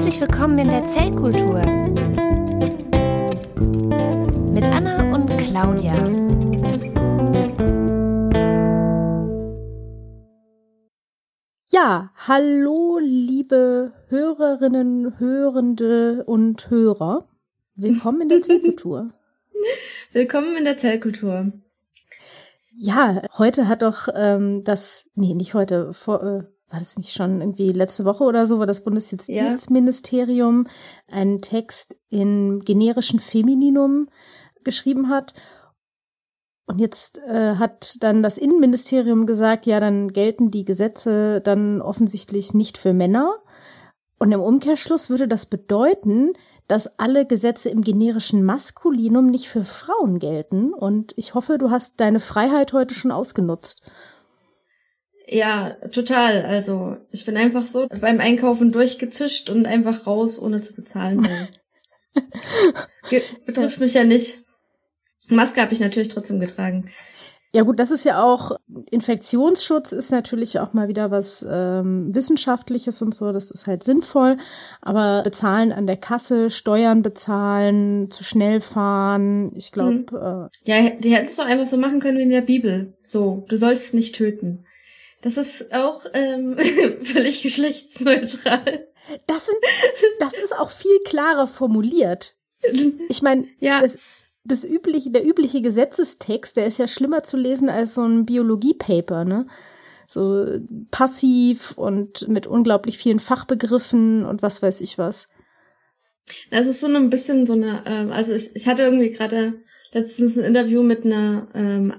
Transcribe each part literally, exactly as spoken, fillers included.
Herzlich willkommen in der Zellkultur mit Anna und Claudia. Ja, hallo liebe Hörerinnen, Hörende und Hörer. Willkommen in der Zellkultur. Willkommen in der Zellkultur. Ja, heute hat doch ähm, das, nee, nicht heute, vor, äh, war das nicht schon irgendwie letzte Woche oder so, war das Bundesjustizministerium ja. einen Text in generischen Femininum geschrieben hat. Und jetzt äh, hat dann das Innenministerium gesagt, ja, dann gelten die Gesetze dann offensichtlich nicht für Männer. Und im Umkehrschluss würde das bedeuten, dass alle Gesetze im generischen Maskulinum nicht für Frauen gelten. Und ich hoffe, du hast deine Freiheit heute schon ausgenutzt. Ja, total. Also ich bin einfach so beim Einkaufen durchgezischt und einfach raus, ohne zu bezahlen. Ge- betrifft mich ja nicht. Maske habe ich natürlich trotzdem getragen. Ja gut, das ist ja auch, Infektionsschutz ist natürlich auch mal wieder was ähm, Wissenschaftliches und so, das ist halt sinnvoll, aber bezahlen an der Kasse, Steuern bezahlen, zu schnell fahren, ich glaube... Mhm. Äh, ja, die hätten es doch einfach so machen können wie in der Bibel, so, du sollst nicht töten. Das ist auch ähm, völlig geschlechtsneutral. Das, sind, das ist auch viel klarer formuliert. Ich meine, ja. das... Das übliche, der übliche Gesetzestext, der ist ja schlimmer zu lesen als so ein Biologie-Paper, ne? So passiv und mit unglaublich vielen Fachbegriffen und was weiß ich was. Das ist so ein bisschen so eine, ähm, also ich, ich hatte irgendwie gerade letztens ein Interview mit einer ähm,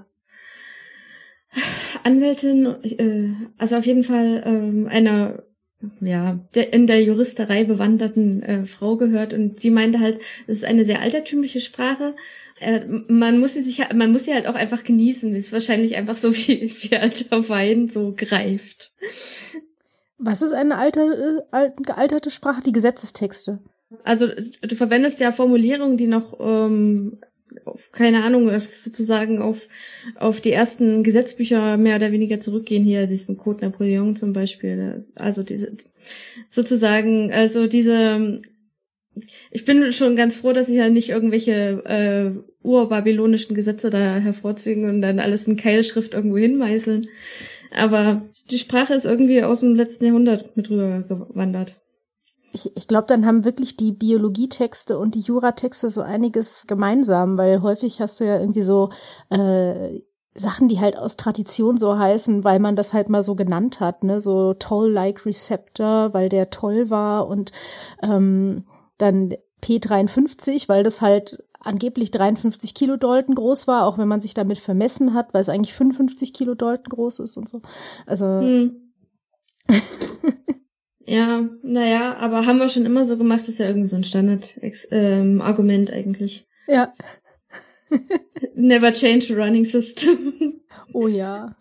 Anwältin, äh, also auf jeden Fall ähm, einer ja, der in der Juristerei bewanderten äh, Frau gehört und die meinte halt, es ist eine sehr altertümliche Sprache. Äh, man muss sie sich, man muss sie halt auch einfach genießen. Das ist wahrscheinlich einfach so wie, wie alter Wein so greift. Was ist eine alte, äh, gealterte Sprache? Die Gesetzestexte. Also du verwendest ja Formulierungen, die noch ähm, auf, keine Ahnung, sozusagen auf auf die ersten Gesetzbücher mehr oder weniger zurückgehen, hier diesen Code Napoleon zum Beispiel, also diese sozusagen, also diese, ich bin schon ganz froh, dass sie ja nicht irgendwelche äh, urbabylonischen Gesetze da hervorziehen und dann alles in Keilschrift irgendwo hinmeißeln, aber die Sprache ist irgendwie aus dem letzten Jahrhundert mit rüber gewandert. Ich, ich glaube, dann haben wirklich die Biologietexte und die Juratexte so einiges gemeinsam, weil häufig hast du ja irgendwie so äh, Sachen, die halt aus Tradition so heißen, weil man das halt mal so genannt hat, ne, so Toll-like Receptor, weil der toll war und ähm, dann P dreiundfünfzig, weil das halt angeblich dreiundfünfzig Kilodalton groß war, auch wenn man sich damit vermessen hat, weil es eigentlich fünfundfünfzig Kilodalton groß ist und so. Also hm. Ja, naja, aber haben wir schon immer so gemacht, ist ja irgendwie so ein Standard-Argument ähm, eigentlich. Ja. Never change a running system. Oh ja.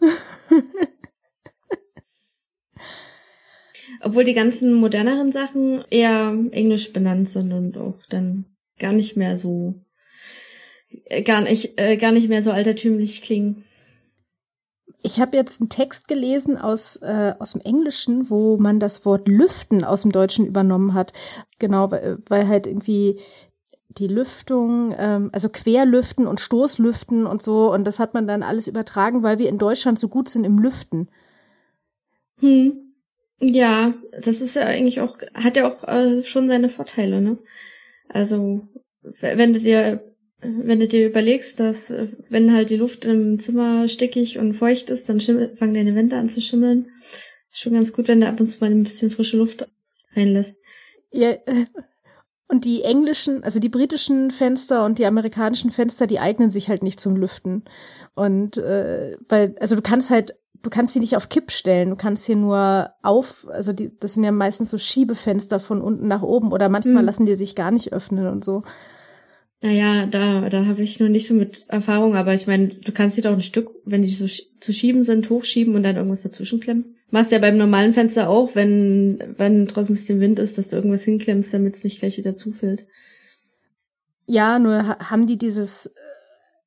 Obwohl die ganzen moderneren Sachen eher englisch benannt sind und auch dann gar nicht mehr so, äh, gar nicht, äh, gar nicht mehr so altertümlich klingen. Ich habe jetzt einen Text gelesen aus äh, aus dem Englischen, wo man das Wort lüften aus dem Deutschen übernommen hat. Genau, weil, weil halt irgendwie die Lüftung, ähm, also Querlüften und Stoßlüften und so, und das hat man dann alles übertragen, weil wir in Deutschland so gut sind im Lüften. Hm. Ja, das ist ja eigentlich auch, hat ja auch äh, schon seine Vorteile, ne? Also, wenn du dir Wenn du dir überlegst, dass wenn halt die Luft im Zimmer stickig und feucht ist, dann schimmel, fangen deine Wände an zu schimmeln. Schon ganz gut, wenn du ab und zu mal ein bisschen frische Luft reinlässt. Ja, und die englischen, also die britischen Fenster und die amerikanischen Fenster, die eignen sich halt nicht zum Lüften. Und äh, weil, also du kannst halt, du kannst sie nicht auf Kipp stellen, du kannst hier nur auf, also die, das sind ja meistens so Schiebefenster von unten nach oben oder manchmal hm. lassen die sich gar nicht öffnen und so. Naja, da da habe ich noch nicht so mit Erfahrung, aber ich meine, du kannst die doch ein Stück, wenn die so sch- zu schieben sind, hochschieben und dann irgendwas dazwischen klemmen. Machst ja beim normalen Fenster auch, wenn wenn draußen ein bisschen Wind ist, dass du irgendwas hinklemmst, damit es nicht gleich wieder zufällt. Ja, nur ha- haben die dieses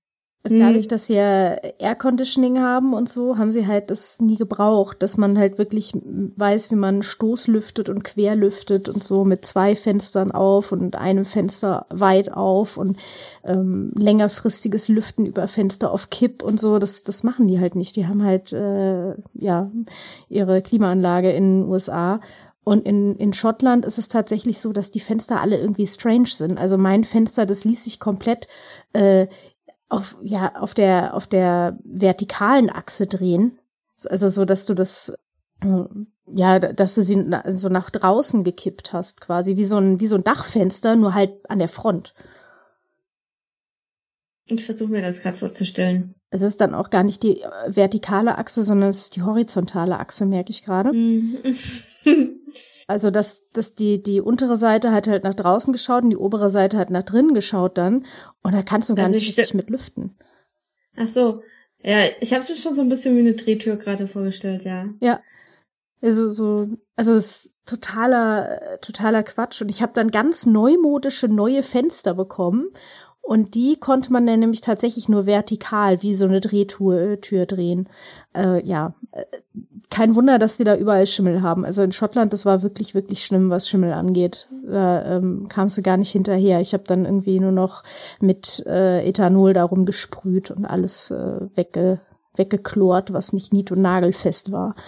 dadurch, dass sie ja Air Conditioning haben und so, haben sie halt das nie gebraucht, dass man halt wirklich weiß, wie man Stoßlüftet und querlüftet und so mit zwei Fenstern auf und einem Fenster weit auf und ähm, längerfristiges Lüften über Fenster auf Kipp und so, das das machen die halt nicht. Die haben halt äh, ja ihre Klimaanlage in den U S A. Und in in Schottland ist es tatsächlich so, dass die Fenster alle irgendwie strange sind. Also mein Fenster, das ließ sich komplett äh, auf ja auf der auf der vertikalen Achse drehen, also so, dass du das ja, dass du sie so nach draußen gekippt hast, quasi wie so ein wie so ein Dachfenster, nur halt an der Front. Ich versuche mir das gerade vorzustellen. Es ist dann auch gar nicht die vertikale Achse, sondern es ist die horizontale Achse, merke ich gerade. Mhm. Also, dass, dass die, die untere Seite hat halt nach draußen geschaut und die obere Seite hat nach drinnen geschaut dann. Und da kannst du gar also nicht richtig mit lüften. Ach so. Ja, ich habe es schon so ein bisschen wie eine Drehtür gerade vorgestellt, ja. Ja. Also, so, also, es ist totaler, totaler Quatsch. Und ich habe dann ganz neumodische neue Fenster bekommen. Und die konnte man dann nämlich tatsächlich nur vertikal, wie so eine Drehtür Tür drehen. Äh, ja, kein Wunder, dass die da überall Schimmel haben. Also in Schottland, das war wirklich, wirklich schlimm, was Schimmel angeht. Da ähm, kamst du gar nicht hinterher. Ich habe dann irgendwie nur noch mit äh, Ethanol darum gesprüht und alles äh, wegge weggeklort, was nicht nied- und nagelfest war.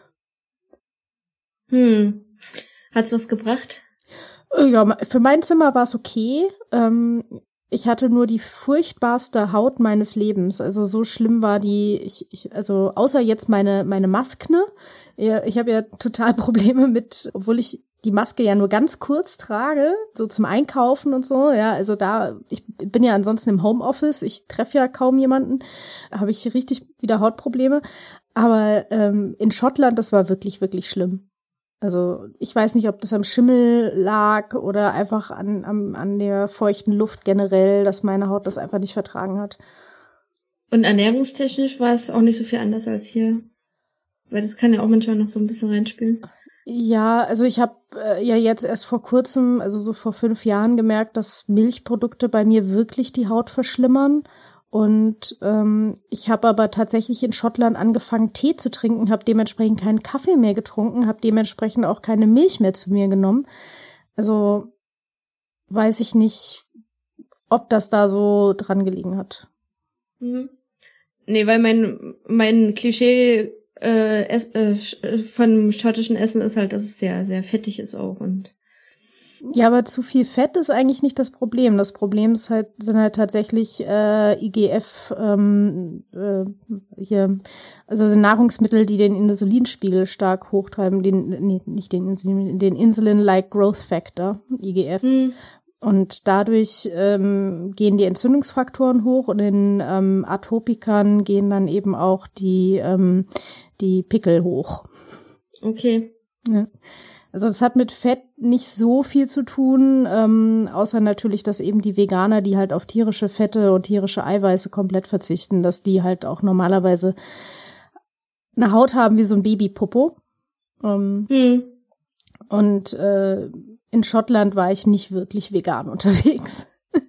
Hm. Hat's was gebracht? Ja, für mein Zimmer war es okay. Ähm, Ich hatte nur die furchtbarste Haut meines Lebens. Also so schlimm war die, ich, ich also außer jetzt meine meine Maskne. Ja, ich habe ja total Probleme mit, obwohl ich die Maske ja nur ganz kurz trage, so zum Einkaufen und so. Ja, also da, ich bin ja ansonsten im Homeoffice, ich treffe ja kaum jemanden, habe ich richtig wieder Hautprobleme. Aber ähm, in Schottland, das war wirklich, wirklich schlimm. Also ich weiß nicht, ob das am Schimmel lag oder einfach an, an, an der feuchten Luft generell, dass meine Haut das einfach nicht vertragen hat. Und ernährungstechnisch war es auch nicht so viel anders als hier? Weil das kann ja auch manchmal noch so ein bisschen reinspielen. Ja, also ich habe äh, ja jetzt erst vor kurzem, also so vor fünf Jahren gemerkt, dass Milchprodukte bei mir wirklich die Haut verschlimmern. Und ähm, ich habe aber tatsächlich in Schottland angefangen, Tee zu trinken, habe dementsprechend keinen Kaffee mehr getrunken, habe dementsprechend auch keine Milch mehr zu mir genommen. Also weiß ich nicht, ob das da so dran gelegen hat. Mhm. Nee, weil mein mein Klischee äh, es, äh, von schottischen Essen ist halt, dass es sehr, sehr fettig ist auch und ja, aber zu viel Fett ist eigentlich nicht das Problem. Das Problem ist halt, sind halt tatsächlich äh, I G F ähm, äh, hier, also sind Nahrungsmittel, die den Insulinspiegel stark hochtreiben, den nee, nicht den Insulin, den Insulin-like Growth Factor, I G F. Mhm. Und dadurch ähm, gehen die Entzündungsfaktoren hoch und in ähm, Atopikern gehen dann eben auch die ähm, die Pickel hoch. Okay. Ja. Also es hat mit Fett nicht so viel zu tun, ähm, außer natürlich, dass eben die Veganer, die halt auf tierische Fette und tierische Eiweiße komplett verzichten, dass die halt auch normalerweise eine Haut haben wie so ein Babypopo. Ähm, hm. Und äh, in Schottland war ich nicht wirklich vegan unterwegs.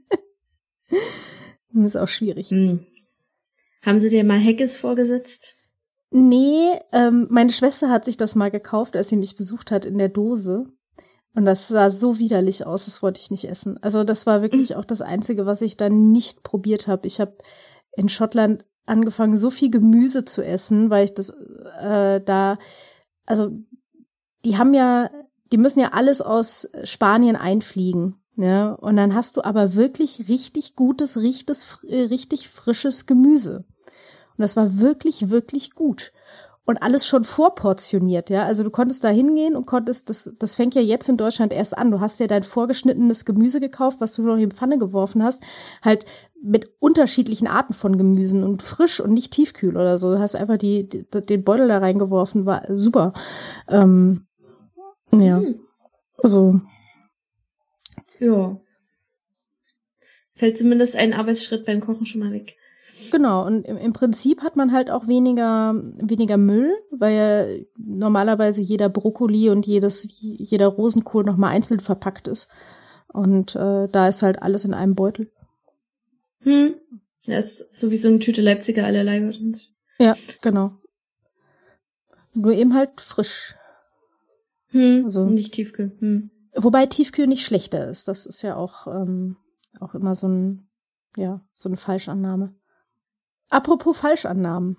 Das ist auch schwierig. Hm. Haben Sie dir mal Haggis vorgesetzt? Nee, ähm, meine Schwester hat sich das mal gekauft, als sie mich besucht hat in der Dose. Und das sah so widerlich aus, das wollte ich nicht essen. Also das war wirklich auch das Einzige, was ich dann nicht probiert habe. Ich habe in Schottland angefangen, so viel Gemüse zu essen, weil ich das äh, da, also die haben ja, die müssen ja alles aus Spanien einfliegen. Ja, und dann hast du aber wirklich richtig gutes, richtiges, richtig frisches Gemüse. Und das war wirklich, wirklich gut. Und alles schon vorportioniert, ja. Also du konntest da hingehen und konntest, das, das fängt ja jetzt in Deutschland erst an. Du hast ja dein vorgeschnittenes Gemüse gekauft, was du noch in die Pfanne geworfen hast, halt mit unterschiedlichen Arten von Gemüsen und frisch und nicht tiefkühl oder so. Du hast einfach die, die den Beutel da reingeworfen, war super. Ähm, ja, also. Ja. Fällt zumindest ein Arbeitsschritt beim Kochen schon mal weg. Genau, und im, im Prinzip hat man halt auch weniger weniger Müll, weil ja normalerweise jeder Brokkoli und jedes jeder Rosenkohl nochmal einzeln verpackt ist. Und äh, da ist halt alles in einem Beutel. Hm. Ja, ist so wie so eine Tüte Leipziger allerlei wird. Ja, genau. Nur eben halt frisch. Hm, also nicht Tiefkühl. Hm. Wobei Tiefkühl nicht schlechter ist. Das ist ja auch, ähm, auch immer so ein, ja, so eine Falschannahme. Apropos Falschannahmen.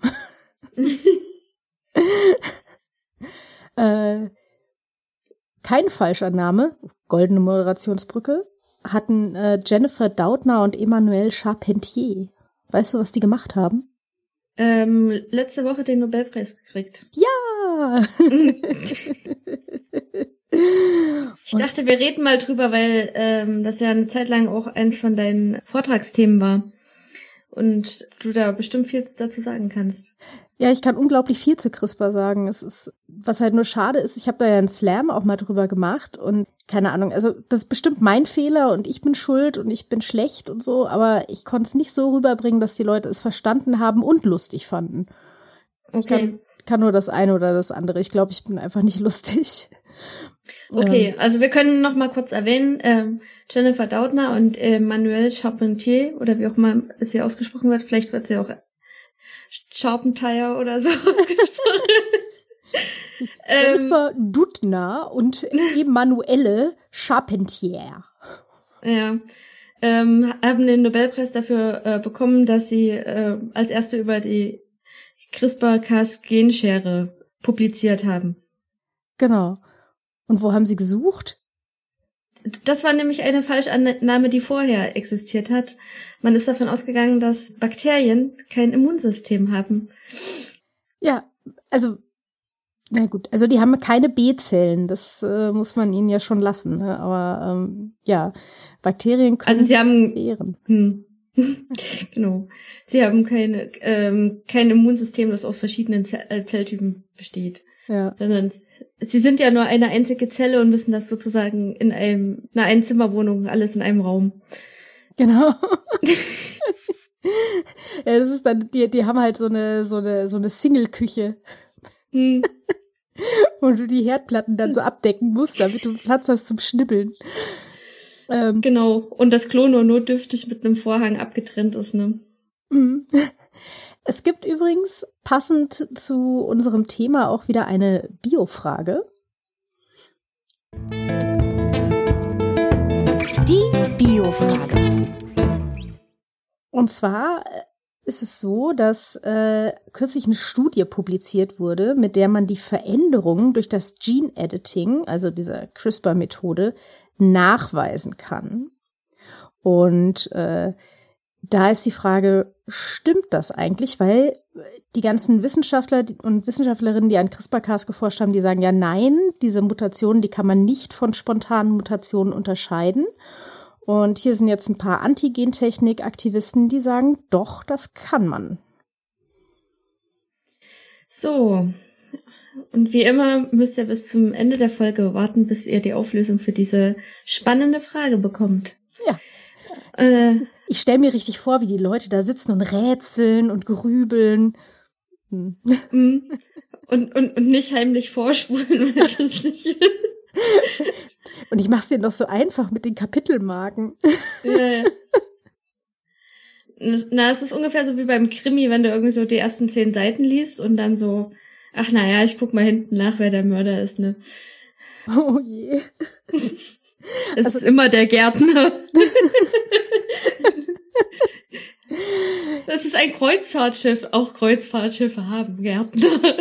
äh, keine Falschannahme, goldene Moderationsbrücke, hatten äh, Jennifer Doudna und Emmanuelle Charpentier. Weißt du, was die gemacht haben? Ähm, letzte Woche den Nobelpreis gekriegt. Ja! Ich dachte, wir reden mal drüber, weil ähm, das ja eine Zeit lang auch eins von deinen Vortragsthemen war. Und du da bestimmt viel dazu sagen kannst. Ja, ich kann unglaublich viel zu CRISPR sagen. Es ist, was halt nur schade ist, ich habe da ja einen Slam auch mal drüber gemacht und keine Ahnung, also das ist bestimmt mein Fehler und ich bin schuld und ich bin schlecht und so, aber ich konnte es nicht so rüberbringen, dass die Leute es verstanden haben und lustig fanden. Okay. Ich kann, kann nur das eine oder das andere. Ich glaube, ich bin einfach nicht lustig. Okay, ähm. also wir können noch mal kurz erwähnen, ähm, Jennifer Doudna und Emmanuelle Charpentier, oder wie auch immer es hier ausgesprochen wird, vielleicht wird sie auch Charpentier oder so ausgesprochen. Jennifer ähm, Doudna und Emmanuelle Charpentier. Ja, ähm, haben den Nobelpreis dafür äh, bekommen, dass sie äh, als erste über die CRISPR-Cas-Genschere publiziert haben. Genau. Und wo haben sie gesucht? Das war nämlich eine Falschannahme, die vorher existiert hat. Man ist davon ausgegangen, dass Bakterien kein Immunsystem haben. Ja, also, na gut, also die haben keine B-Zellen, das äh, muss man ihnen ja schon lassen. Ne? Aber ähm, ja, Bakterien können also sie haben wehren. Hm. Genau. Sie haben keine ähm, kein Immunsystem, das aus verschiedenen Zell- Zelltypen besteht. Ja. Sondern sie sind ja nur eine einzige Zelle und müssen das sozusagen in einem, einer Einzimmerwohnung, alles in einem Raum. Genau. Ja, das ist dann, die, die haben halt so eine, so eine, so eine Single-Küche. Hm. Wo du die Herdplatten dann so abdecken musst, damit du Platz hast zum Schnippeln. Ähm. Genau. Und das Klo nur notdürftig mit einem Vorhang abgetrennt ist, ne? Mhm. Es gibt übrigens passend zu unserem Thema auch wieder eine Bio-Frage. Die Bio-Frage. Und zwar ist es so, dass äh, kürzlich eine Studie publiziert wurde, mit der man die Veränderungen durch das Gene-Editing, also dieser CRISPR-Methode, nachweisen kann. Und äh, da ist die Frage, stimmt das eigentlich? Weil die ganzen Wissenschaftler und Wissenschaftlerinnen, die an CRISPR-Cas geforscht haben, die sagen ja, nein, diese Mutationen, die kann man nicht von spontanen Mutationen unterscheiden. Und hier sind jetzt ein paar Antigentechnik-Aktivisten, die sagen, doch, das kann man. So, und wie immer müsst ihr bis zum Ende der Folge warten, bis ihr die Auflösung für diese spannende Frage bekommt. Ja. Äh, ich stelle mir richtig vor, wie die Leute da sitzen und rätseln und grübeln. Hm. Und, und, und nicht heimlich vorspulen, weil es nicht Und ich mach's dir noch so einfach mit den Kapitelmarken. Ja, ja. Na, es ist ungefähr so wie beim Krimi, wenn du irgendwie so die ersten zehn Seiten liest und dann so, ach naja, ich guck mal hinten nach, wer der Mörder ist, ne? Oh je. Es also, ist immer der Gärtner. Das ist ein Kreuzfahrtschiff. Auch Kreuzfahrtschiffe haben Gärtner.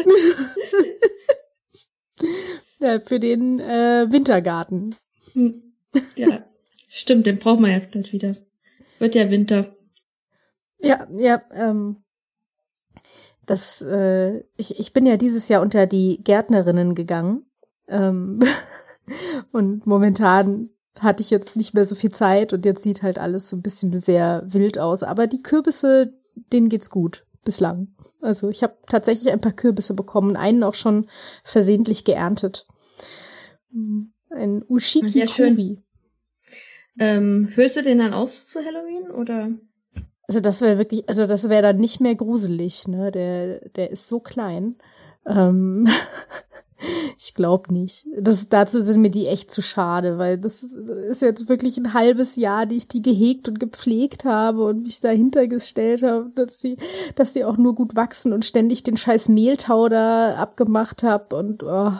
Ja, für den äh, Wintergarten. Ja, stimmt, den brauchen wir jetzt gleich wieder. Wird ja Winter. Ja, ja, ähm, das, äh, ich, ich bin ja dieses Jahr unter die Gärtnerinnen gegangen. Ähm, und momentan hatte ich jetzt nicht mehr so viel Zeit und jetzt sieht halt alles so ein bisschen sehr wild aus. Aber die Kürbisse, denen geht's gut. Bislang. Also ich habe tatsächlich ein paar Kürbisse bekommen, einen auch schon versehentlich geerntet. Ein Ushiki-Kubi. Ähm, hüllst du den dann aus zu Halloween, oder? Also das wäre wirklich, also das wäre dann nicht mehr gruselig, ne? Der, der ist so klein. Ähm, Ich glaube nicht. Das, dazu sind mir die echt zu schade, weil das ist, ist jetzt wirklich ein halbes Jahr, die ich die gehegt und gepflegt habe und mich dahinter gestellt habe, dass sie, dass sie auch nur gut wachsen und ständig den scheiß Mehltau da abgemacht habe und oh,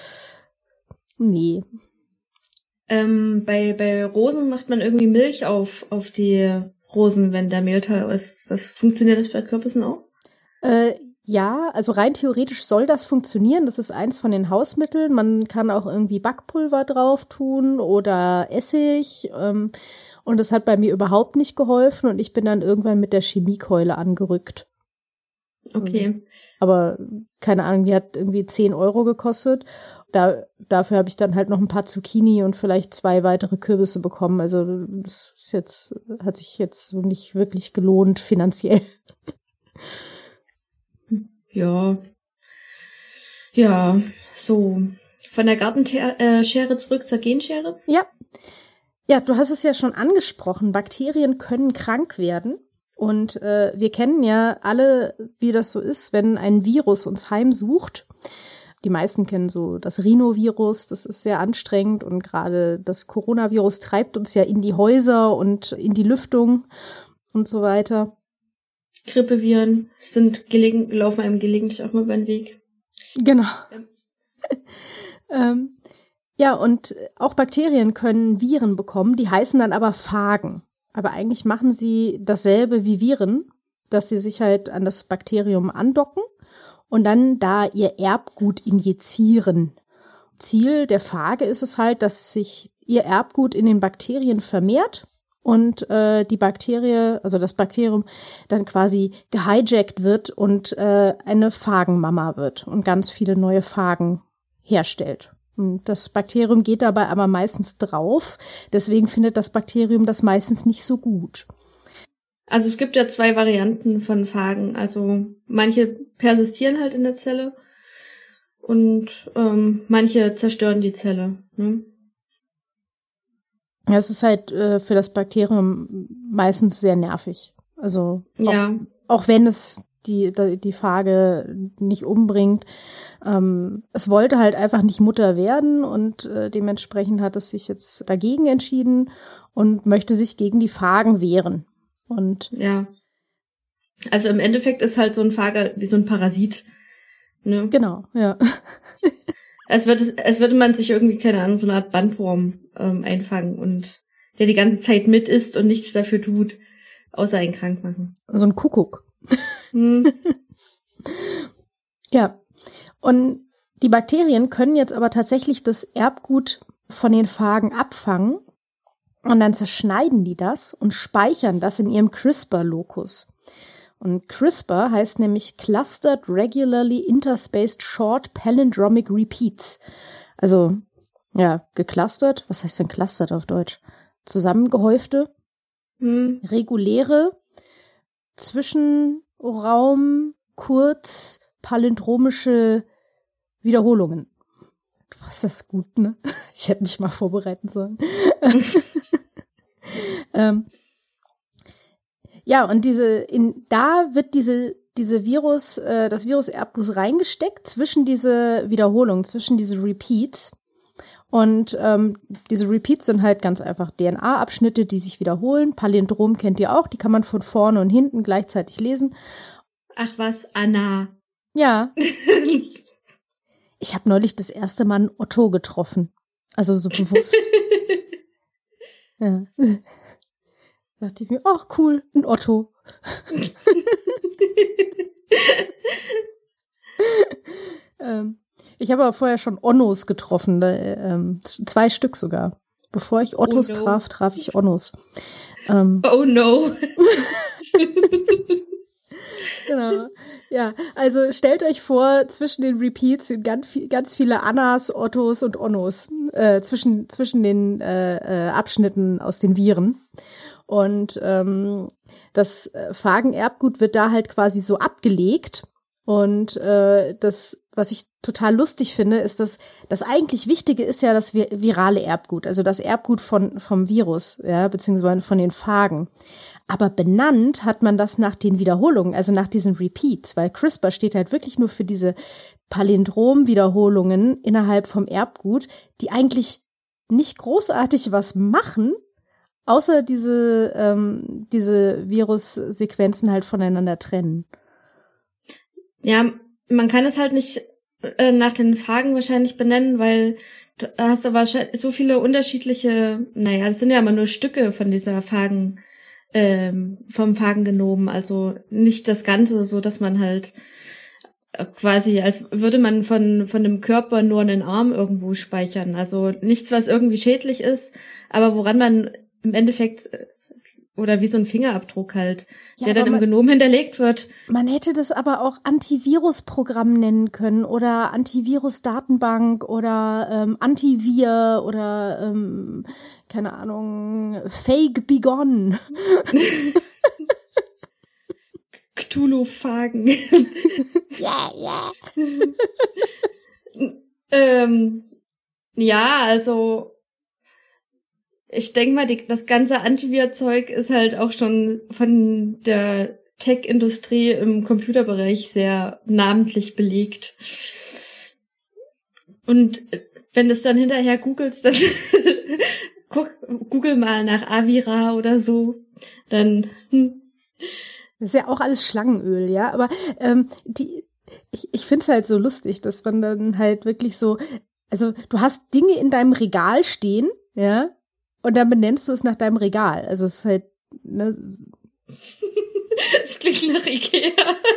nee. Ähm, bei, bei Rosen macht man irgendwie Milch auf, auf die Rosen, wenn der Mehltau ist. Das funktioniert das bei Kürbissen auch? Äh, Ja, also rein theoretisch soll das funktionieren. Das ist eins von den Hausmitteln. Man kann auch irgendwie Backpulver drauf tun oder Essig. Ähm, und das hat bei mir überhaupt nicht geholfen. Und ich bin dann irgendwann mit der Chemiekeule angerückt. Okay. Aber keine Ahnung, die hat irgendwie zehn Euro gekostet. Da, dafür habe ich dann halt noch ein paar Zucchini und vielleicht zwei weitere Kürbisse bekommen. Also das ist jetzt, hat sich jetzt so nicht wirklich gelohnt finanziell. Ja, ja, so von der Gartenschere zurück zur Genschere? Ja, ja, du hast es ja schon angesprochen, Bakterien können krank werden und äh, wir kennen ja alle, wie das so ist, wenn ein Virus uns heimsucht. Die meisten kennen so das Rhinovirus, das ist sehr anstrengend und gerade das Coronavirus treibt uns ja in die Häuser und in die Lüftung und so weiter. Grippeviren sind gelegen, laufen einem gelegentlich auch mal über den Weg. Genau. Ja. ähm, ja, und auch Bakterien können Viren bekommen, die heißen dann aber Phagen. Aber eigentlich machen sie dasselbe wie Viren, dass sie sich halt an das Bakterium andocken und dann da ihr Erbgut injizieren. Ziel der Phage ist es halt, dass sich ihr Erbgut in den Bakterien vermehrt und äh, die Bakterie, also das Bakterium, dann quasi gehijackt wird und äh, eine Phagenmama wird und ganz viele neue Phagen herstellt. Und das Bakterium geht dabei aber meistens drauf, deswegen findet das Bakterium das meistens nicht so gut. Also es gibt ja zwei Varianten von Phagen. Also manche persistieren halt in der Zelle und ähm, manche zerstören die Zelle, ne? Ja, es ist halt äh, für das Bakterium meistens sehr nervig. Also auch, ja. auch wenn es die die Phage nicht umbringt. Ähm, es wollte halt einfach nicht Mutter werden und äh, dementsprechend hat es sich jetzt dagegen entschieden und möchte sich gegen die Phagen wehren. Und ja. Also im Endeffekt ist halt so ein Phage wie so ein Parasit, ne? Genau, ja. Als würde, es, als würde man sich irgendwie, keine Ahnung, so eine Art Bandwurm ähm, einfangen und der die ganze Zeit mit isst und nichts dafür tut, außer ihn krank machen. So ein Kuckuck. Hm. Ja, und die Bakterien können jetzt aber tatsächlich das Erbgut von den Phagen abfangen und dann zerschneiden die das und speichern das in ihrem CRISPR-Locus. Und CRISPR heißt nämlich Clustered Regularly Interspaced Short Palindromic Repeats. Also, ja, geclustert. Was heißt denn clustered auf Deutsch? Zusammengehäufte, hm. reguläre, Zwischenraum, kurz, palindromische Wiederholungen. Du hast das gut, ne? Ich hätte mich mal vorbereiten sollen. ähm, Ja, und diese, in, da wird diese, diese Virus, äh, das Virus-Erbgut reingesteckt zwischen diese Wiederholungen, zwischen diese Repeats. Und ähm, diese Repeats sind halt ganz einfach D N A-Abschnitte, die sich wiederholen. Palindrom kennt ihr auch, die kann man von vorne und hinten gleichzeitig lesen. Ach was, Anna. Ja. Ich habe neulich das erste Mal einen Otto getroffen. Also so bewusst. Ja. Da dachte ich mir, ach cool, ein Otto. ähm, ich habe aber vorher schon Onnos getroffen, da, ähm, zwei Stück sogar. Bevor ich Ottos oh no. traf, traf ich Onnos. Ähm, oh no. Genau. Ja, also stellt euch vor, zwischen den Repeats sind ganz, ganz viele Annas, Ottos und Onnos, äh, zwischen, zwischen den äh, äh, Abschnitten aus den Viren. Und ähm, das Phagenerbgut wird da halt quasi so abgelegt Und äh, das, was ich total lustig finde, ist, dass das eigentlich Wichtige ist ja das virale Erbgut, also das Erbgut von vom Virus, ja, beziehungsweise von den Phagen. Aber benannt hat man das nach den Wiederholungen, also nach diesen Repeats, weil CRISPR steht halt wirklich nur für diese Palindrom-Wiederholungen innerhalb vom Erbgut, die eigentlich nicht großartig was machen, außer diese ähm, diese Virussequenzen halt voneinander trennen. Ja, man kann es halt nicht äh, nach den Phagen wahrscheinlich benennen, weil du hast aber so viele unterschiedliche, naja, es sind ja immer nur Stücke von dieser Phagen, ähm, vom Phagengenom, also nicht das Ganze, so dass man halt quasi, als würde man von von dem Körper nur einen Arm irgendwo speichern. Also nichts, was irgendwie schädlich ist, aber woran man im Endeffekt, oder wie so ein Fingerabdruck halt, ja, der dann im man, Genom hinterlegt wird. Man hätte das aber auch Antivirusprogramm nennen können oder Antivirus-Datenbank oder ähm, Antivir oder ähm, keine Ahnung, Fake Begone. Cthulhu-Phagen. Ja, ja. ähm, ja, also ich denke mal, die, das ganze Antivir-Zeug ist halt auch schon von der Tech-Industrie im Computerbereich sehr namentlich belegt. Und wenn du es dann hinterher googelst, dann guck, google mal nach Avira oder so, dann hm. Das ist ja auch alles Schlangenöl, ja, aber ähm, die ich, ich find's halt so lustig, dass man dann halt wirklich so, also du hast Dinge in deinem Regal stehen, ja, und dann benennst du es nach deinem Regal. Also es ist halt, ne. Das klingt nach Ikea.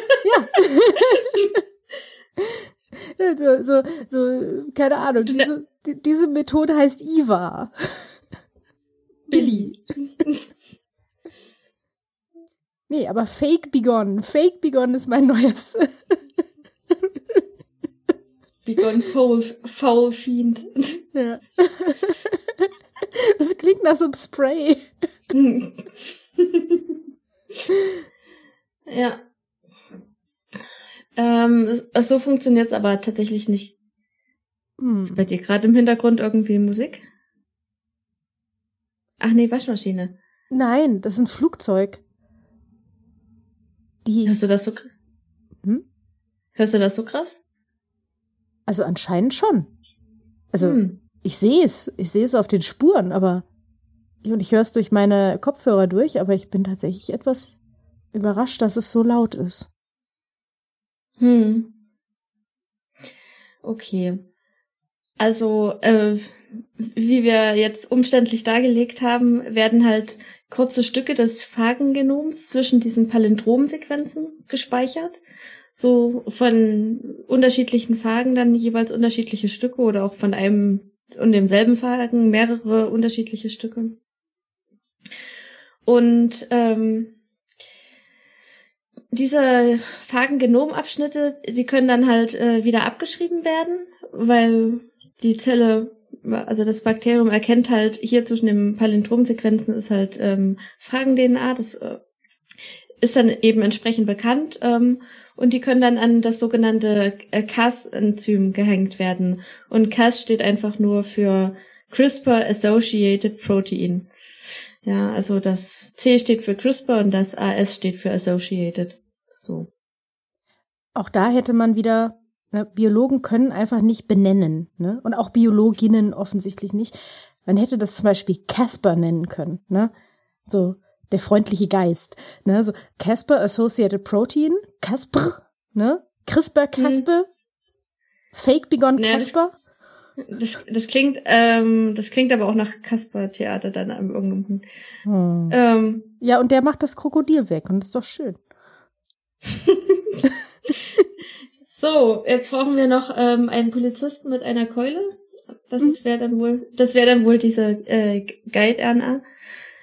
Ja. so, so, keine Ahnung. Diese, die, diese Methode heißt I V A. Billy. Nee, aber Fake Begone. Fake Begone ist mein neues. Begone Foul, Foul Fiend. Ja. Das klingt nach so einem Spray. Ja. Ähm, so funktioniert's aber tatsächlich nicht. Hm. Ist bei dir gerade im Hintergrund irgendwie Musik? Ach nee, Waschmaschine. Nein, das ist ein Flugzeug. Die Hörst du das so? Hm? Hörst du das so krass? Also anscheinend schon. Also hm. ich sehe es, ich sehe es auf den Spuren, aber und ich höre es durch meine Kopfhörer durch, aber ich bin tatsächlich etwas überrascht, dass es so laut ist. Hm. Okay. Also, äh, wie wir jetzt umständlich dargelegt haben, werden halt kurze Stücke des Phagengenoms zwischen diesen Palindromsequenzen gespeichert. So von unterschiedlichen Phagen dann jeweils unterschiedliche Stücke oder auch von einem und demselben Phagen mehrere unterschiedliche Stücke. Und ähm, diese Phagengenomabschnitte, die können dann halt äh, wieder abgeschrieben werden, weil die Zelle, also das Bakterium erkennt halt, hier zwischen den Palindromsequenzen ist halt ähm, Phagen-D N A, das äh, ist dann eben entsprechend bekannt, ähm, und die können dann an das sogenannte äh, Cas-Enzym gehängt werden. Und Cas steht einfach nur für CRISPR-Associated Protein. Ja, also das C steht für CRISPR und das A S steht für Associated. So. Auch da hätte man wieder, ne, Biologen können einfach nicht benennen, ne? Und auch Biologinnen offensichtlich nicht. Man hätte das zum Beispiel Casper nennen können, ne? So, der freundliche Geist, ne? So, Casper Associated Protein, Casper, ne? CRISPR, Casper, hm. Fake Begone Casper. Das, das klingt, ähm, das klingt aber auch nach Kasper-Theater dann an irgendeinem Punkt. Hm. Ähm, ja, und der macht das Krokodil weg und das ist doch schön. So, jetzt brauchen wir noch ähm, einen Polizisten mit einer Keule. Das mhm. wäre dann wohl, das wäre dann wohl diese äh, Guide-R N A.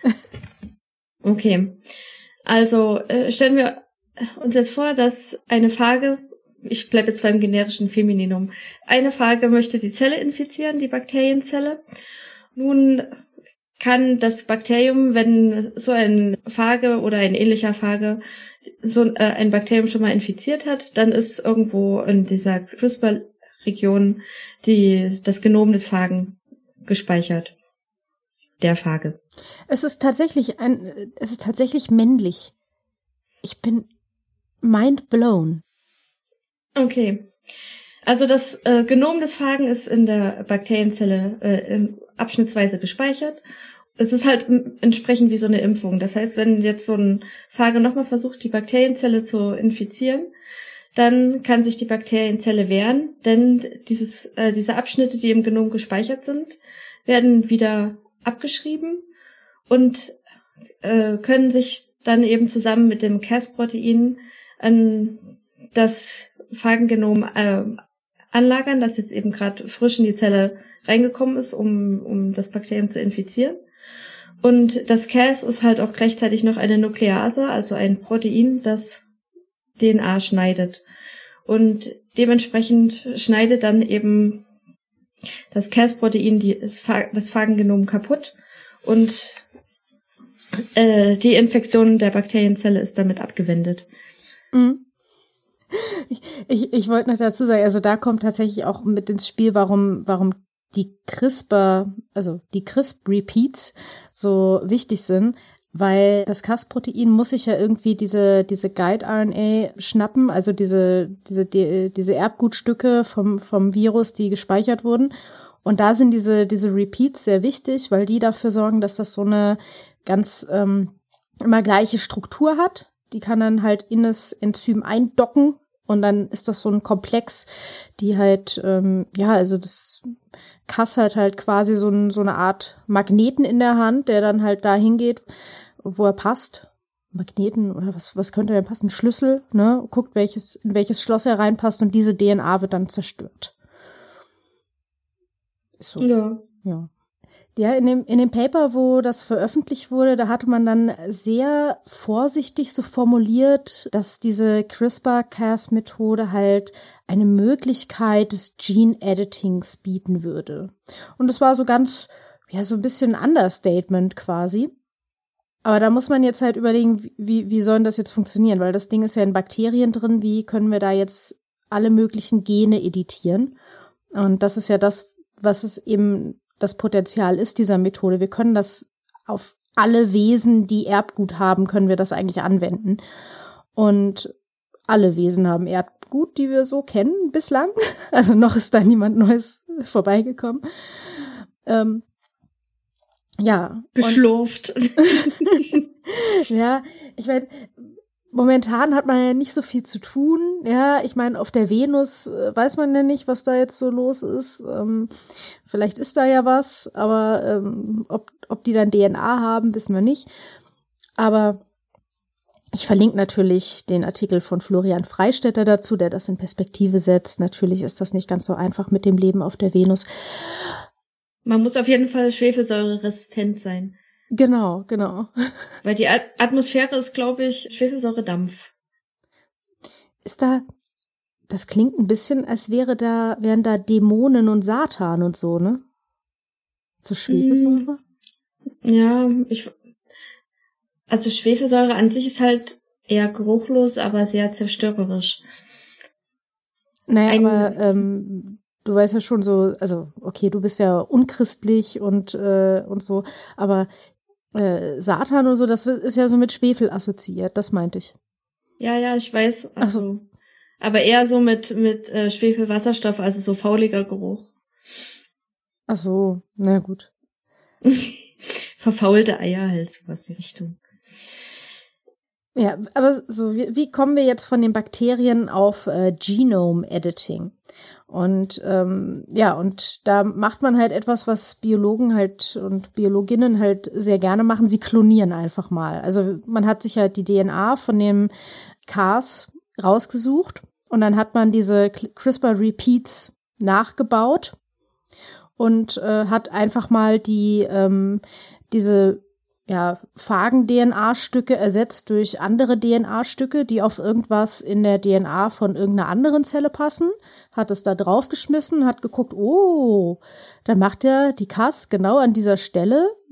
Okay, also äh, stellen wir uns jetzt vor, dass eine Phage, ich bleibe jetzt beim generischen Femininum, eine Phage möchte die Zelle infizieren, die Bakterienzelle. Nun kann das Bakterium, wenn so ein Phage oder ein ähnlicher Phage so äh, ein Bakterium schon mal infiziert hat, dann ist irgendwo in dieser CRISPR-Region die das Genom des Phagen gespeichert. Der Phage. Es ist tatsächlich ein, es ist tatsächlich männlich. Ich bin mind blown. Okay. Also das äh, Genom des Phagen ist in der Bakterienzelle äh, in, abschnittsweise gespeichert. Es ist halt entsprechend wie so eine Impfung. Das heißt, wenn jetzt so ein Phage nochmal versucht, die Bakterienzelle zu infizieren, dann kann sich die Bakterienzelle wehren, denn dieses, äh, diese Abschnitte, die im Genom gespeichert sind, werden wieder abgeschrieben und äh, können sich dann eben zusammen mit dem Cas-Protein an das Phagengenom äh, anlagern, das jetzt eben gerade frisch in die Zelle reingekommen ist, um, um das Bakterium zu infizieren. Und das Cas ist halt auch gleichzeitig noch eine Nuklease, also ein Protein, das D N A schneidet. Und dementsprechend schneidet dann eben das Cas-Protein die, das Phagengenom kaputt und äh, die Infektion der Bakterienzelle ist damit abgewendet. Mhm. Ich, ich, ich wollte noch dazu sagen, also da kommt tatsächlich auch mit ins Spiel, warum, warum die CRISPR, also die CRISP-Repeats so wichtig sind, weil das Cas-Protein muss sich ja irgendwie diese, diese Guide-R N A schnappen, also diese, diese, die, diese Erbgutstücke vom, vom Virus, die gespeichert wurden. Und da sind diese, diese Repeats sehr wichtig, weil die dafür sorgen, dass das so eine ganz ähm, immer gleiche Struktur hat. Die kann dann halt in das Enzym eindocken und dann ist das so ein Komplex, die halt, ähm, ja, also das Cas hat halt quasi so, ein, so eine Art Magneten in der Hand, der dann halt dahin geht, wo er passt. Magneten oder was, was könnte denn passen? Schlüssel, ne? Guckt, welches, in welches Schloss er reinpasst und diese D N A wird dann zerstört. Ist so. Ja. Ja. Ja, in dem, in dem Paper, wo das veröffentlicht wurde, da hatte man dann sehr vorsichtig so formuliert, dass diese CRISPR-Cas-Methode halt eine Möglichkeit des Gene-Editings bieten würde. Und es war so ganz, ja, so ein bisschen ein Understatement quasi. Aber da muss man jetzt halt überlegen, wie, wie soll das jetzt funktionieren? Weil das Ding ist ja in Bakterien drin, wie können wir da jetzt alle möglichen Gene editieren? Und das ist ja das, was es eben das Potenzial ist dieser Methode. Wir können das auf alle Wesen, die Erbgut haben, können wir das eigentlich anwenden. Und alle Wesen haben Erbgut, die wir so kennen bislang. Also noch ist da niemand Neues vorbeigekommen. Ähm, ja. Geschlurft. Ja, ich meine, momentan hat man ja nicht so viel zu tun. Ja, ich meine, auf der Venus äh, weiß man ja nicht, was da jetzt so los ist. Ähm, vielleicht ist da ja was, aber ähm, ob, ob die dann D N A haben, wissen wir nicht. Aber ich verlinke natürlich den Artikel von Florian Freistetter dazu, der das in Perspektive setzt. Natürlich ist das nicht ganz so einfach mit dem Leben auf der Venus. Man muss auf jeden Fall schwefelsäureresistent sein. Genau, genau. Weil die Atmosphäre ist, glaube ich, Schwefelsäuredampf. Ist da, das klingt ein bisschen, als wäre da, wären da Dämonen und Satan und so, ne? So Schwefelsäure? Ja, ich, also Schwefelsäure an sich ist halt eher geruchlos, aber sehr zerstörerisch. Naja, Ein, aber, ähm, du weißt ja schon so, also, okay, du bist ja unchristlich und, äh, und so, aber Äh, Satan und so, das ist ja so mit Schwefel assoziiert, das meinte ich. Ja, ja, ich weiß. Also, Ach so. Aber eher so mit mit äh, Schwefelwasserstoff, also so fauliger Geruch. Ach so, na gut. Verfaulte Eier halt, sowas in die Richtung. Ja, aber so, wie, wie kommen wir jetzt von den Bakterien auf äh, Genome Editing? Und ähm, ja, und da macht man halt etwas, was Biologen halt und Biologinnen halt sehr gerne machen. Sie klonieren einfach mal. Also man hat sich halt die D N A von dem Cas rausgesucht und dann hat man diese CRISPR-Repeats nachgebaut und äh, hat einfach mal die ähm, diese ja, Phagen-D N A-Stücke ersetzt durch andere D N A-Stücke, die auf irgendwas in der D N A von irgendeiner anderen Zelle passen, hat es da draufgeschmissen, hat geguckt, oh, dann macht er die Cas genau an dieser Stelle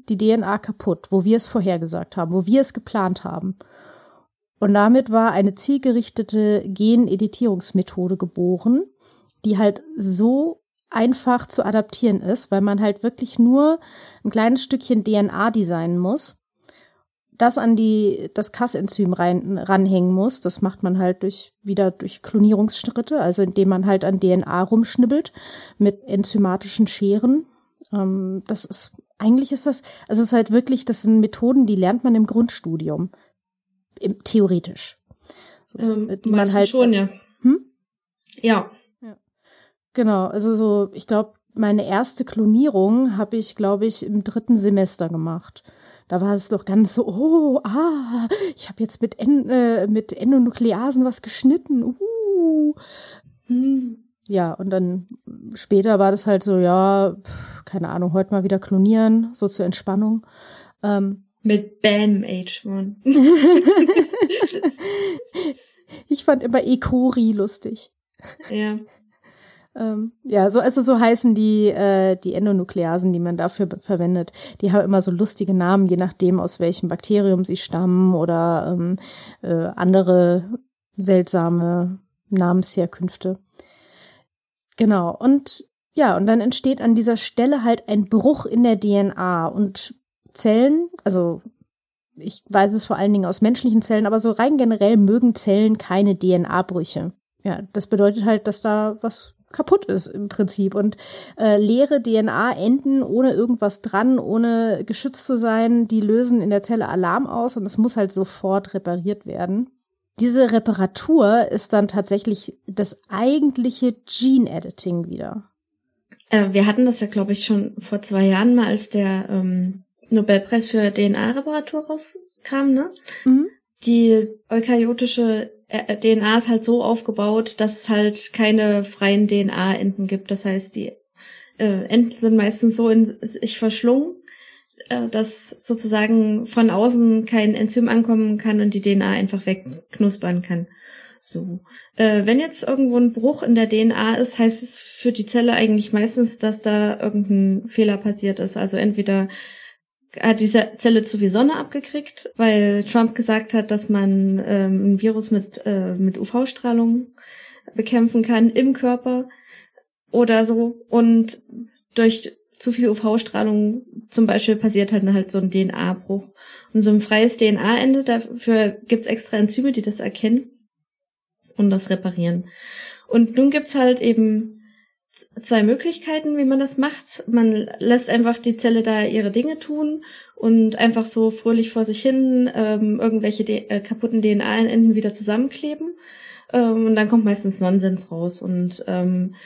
die D N A kaputt, wo wir es vorhergesagt haben, wo wir es geplant haben. Und damit war eine zielgerichtete Geneditierungsmethode geboren, die halt so einfach zu adaptieren ist, weil man halt wirklich nur ein kleines Stückchen D N A designen muss, das an die das Cas-Enzym rein, ranhängen muss. Das macht man halt durch wieder durch Klonierungsschritte, also indem man halt an D N A rumschnibbelt mit enzymatischen Scheren. Ähm, das ist eigentlich ist das, also es ist halt wirklich, das sind Methoden, die lernt man im Grundstudium, im, theoretisch, ähm, die man halt schon, ja. Hm? Ja. ja. Genau, also so, ich glaube, meine erste Klonierung habe ich, glaube ich, im dritten Semester gemacht. Da war es doch ganz so, oh, ah, ich habe jetzt mit, en, äh, mit Endonukleasen was geschnitten. Uh. Hm. Ja, und dann später war das halt so, ja, pf, keine Ahnung, heute mal wieder klonieren, so zur Entspannung. Ähm, mit Bam H eins. Ich fand immer E. coli lustig. Ja. Ähm, ja, so, also so heißen die, äh, die Endonukleasen, die man dafür be- verwendet. Die haben immer so lustige Namen, je nachdem, aus welchem Bakterium sie stammen oder ähm, äh, andere seltsame Namensherkünfte. Genau, und ja, und dann entsteht an dieser Stelle halt ein Bruch in der D N A und Zellen, also ich weiß es vor allen Dingen aus menschlichen Zellen, aber so rein generell mögen Zellen keine D N A-Brüche. Ja, das bedeutet halt, dass da was kaputt ist im Prinzip und äh, leere D N A-Enden ohne irgendwas dran, ohne geschützt zu sein, die lösen in der Zelle Alarm aus und es muss halt sofort repariert werden. Diese Reparatur ist dann tatsächlich das eigentliche Gene-Editing wieder. Äh, wir hatten das ja, glaube ich, schon vor zwei Jahren mal, als der ähm, Nobelpreis für D N A-Reparatur rauskam, ne? Mhm. Die eukaryotische D N A ist halt so aufgebaut, dass es halt keine freien D N A-Enden gibt. Das heißt, die äh, Enden sind meistens so in sich verschlungen, äh, dass sozusagen von außen kein Enzym ankommen kann und die D N A einfach wegknuspern kann. So. Äh, wenn jetzt irgendwo ein Bruch in der D N A ist, heißt es für die Zelle eigentlich meistens, dass da irgendein Fehler passiert ist. Also entweder hat diese Zelle zu viel Sonne abgekriegt, weil Trump gesagt hat, dass man ähm, ein Virus mit äh, mit U V-Strahlung bekämpfen kann im Körper oder so. Und durch zu viel U V-Strahlung zum Beispiel passiert halt halt so ein D N A-Bruch. Und so ein freies D N A-Ende, dafür gibt's extra Enzyme, die das erkennen und das reparieren. Und nun gibt's halt eben zwei Möglichkeiten, wie man das macht. Man lässt einfach die Zelle da ihre Dinge tun und einfach so fröhlich vor sich hin ähm, irgendwelche de- äh, kaputten D N A-Enden wieder zusammenkleben. Ähm, und dann kommt meistens Nonsens raus. Und ähm,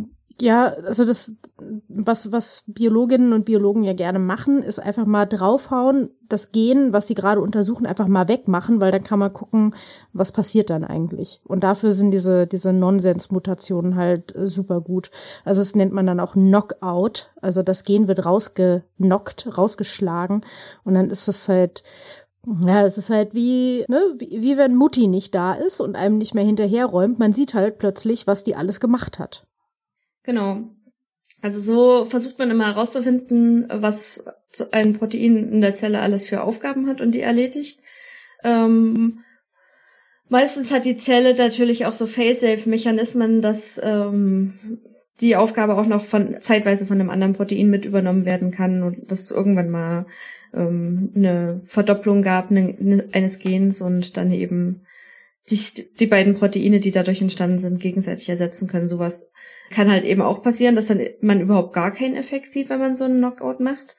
ja, also das, was was Biologinnen und Biologen ja gerne machen, ist einfach mal draufhauen, das Gen, was sie gerade untersuchen, einfach mal wegmachen, weil dann kann man gucken, was passiert dann eigentlich. Und dafür sind diese diese Nonsens-Mutationen halt super gut. Also das nennt man dann auch Knockout. Also das Gen wird rausgenockt, rausgeschlagen und dann ist es halt ja, es ist halt wie, ne, wie, wie wenn Mutti nicht da ist und einem nicht mehr hinterherräumt. Man sieht halt plötzlich, was die alles gemacht hat. Genau. Also so versucht man immer herauszufinden, was ein Protein in der Zelle alles für Aufgaben hat und die erledigt. Ähm, meistens hat die Zelle natürlich auch so Fail-Safe-Mechanismen, dass ähm, die Aufgabe auch noch von zeitweise von einem anderen Protein mit übernommen werden kann und dass es irgendwann mal ähm, eine Verdopplung gab eine, eine, eines Gens und dann eben die, die beiden Proteine, die dadurch entstanden sind, gegenseitig ersetzen können. Sowas kann halt eben auch passieren, dass dann man überhaupt gar keinen Effekt sieht, wenn man so einen Knockout macht.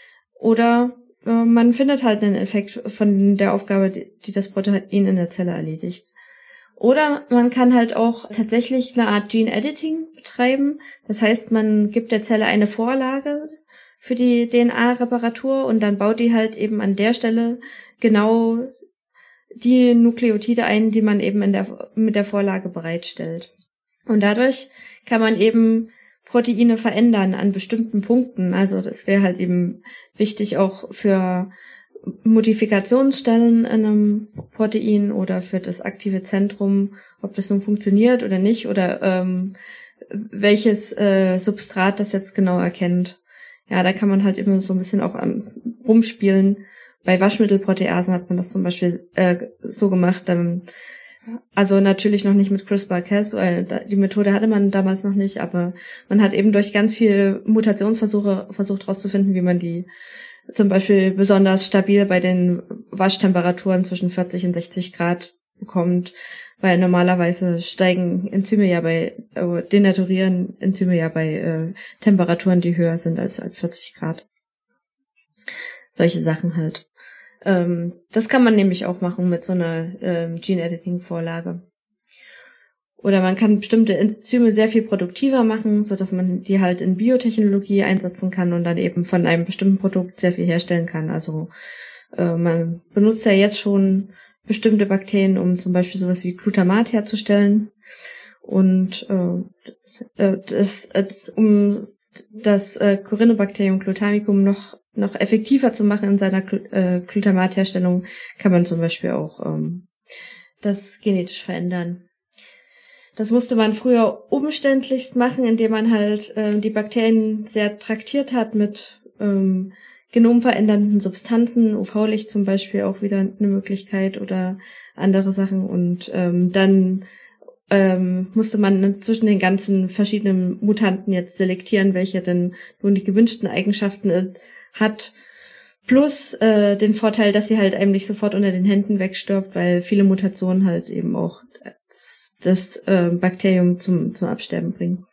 Oder äh, man findet halt einen Effekt von der Aufgabe, die, die das Protein in der Zelle erledigt. Oder man kann halt auch tatsächlich eine Art Gene Editing betreiben. Das heißt, man gibt der Zelle eine Vorlage für die D N A-Reparatur und dann baut die halt eben an der Stelle genau die Nukleotide ein, die man eben in der, mit der Vorlage bereitstellt. Und dadurch kann man eben Proteine verändern an bestimmten Punkten. Also das wäre halt eben wichtig auch für Modifikationsstellen in einem Protein oder für das aktive Zentrum, ob das nun funktioniert oder nicht oder ähm, welches äh, Substrat das jetzt genau erkennt. Ja, da kann man halt immer so ein bisschen auch am rumspielen. Bei Waschmittelproteasen hat man das zum Beispiel äh, so gemacht, dann, also natürlich noch nicht mit CRISPR-Cas, weil da, die Methode hatte man damals noch nicht, aber man hat eben durch ganz viele Mutationsversuche versucht herauszufinden, wie man die zum Beispiel besonders stabil bei den Waschtemperaturen zwischen vierzig und sechzig Grad bekommt, weil normalerweise steigen Enzyme ja bei, äh, denaturieren Enzyme ja bei äh, Temperaturen, die höher sind als als vierzig Grad. Solche Sachen halt. Ähm, das kann man nämlich auch machen mit so einer ähm, Gene-Editing-Vorlage. Oder man kann bestimmte Enzyme sehr viel produktiver machen, so dass man die halt in Biotechnologie einsetzen kann und dann eben von einem bestimmten Produkt sehr viel herstellen kann. Also äh, man benutzt ja jetzt schon bestimmte Bakterien, um zum Beispiel sowas wie Glutamat herzustellen. Und äh, das, äh, um das äh, Corynebacterium glutamicum noch noch effektiver zu machen in seiner Gl- äh, Glutamatherstellung, kann man zum Beispiel auch ähm, das genetisch verändern. Das musste man früher umständlichst machen, indem man halt ähm, die Bakterien sehr traktiert hat mit ähm, genomverändernden Substanzen, U V-Licht zum Beispiel auch wieder eine Möglichkeit oder andere Sachen. Und ähm, dann ähm, musste man zwischen den ganzen verschiedenen Mutanten jetzt selektieren, welche denn nun die gewünschten Eigenschaften äh, hat. Plus äh, den Vorteil, dass sie halt einem nicht sofort unter den Händen wegstirbt, weil viele Mutationen halt eben auch das, das äh, Bakterium zum zum Absterben bringen.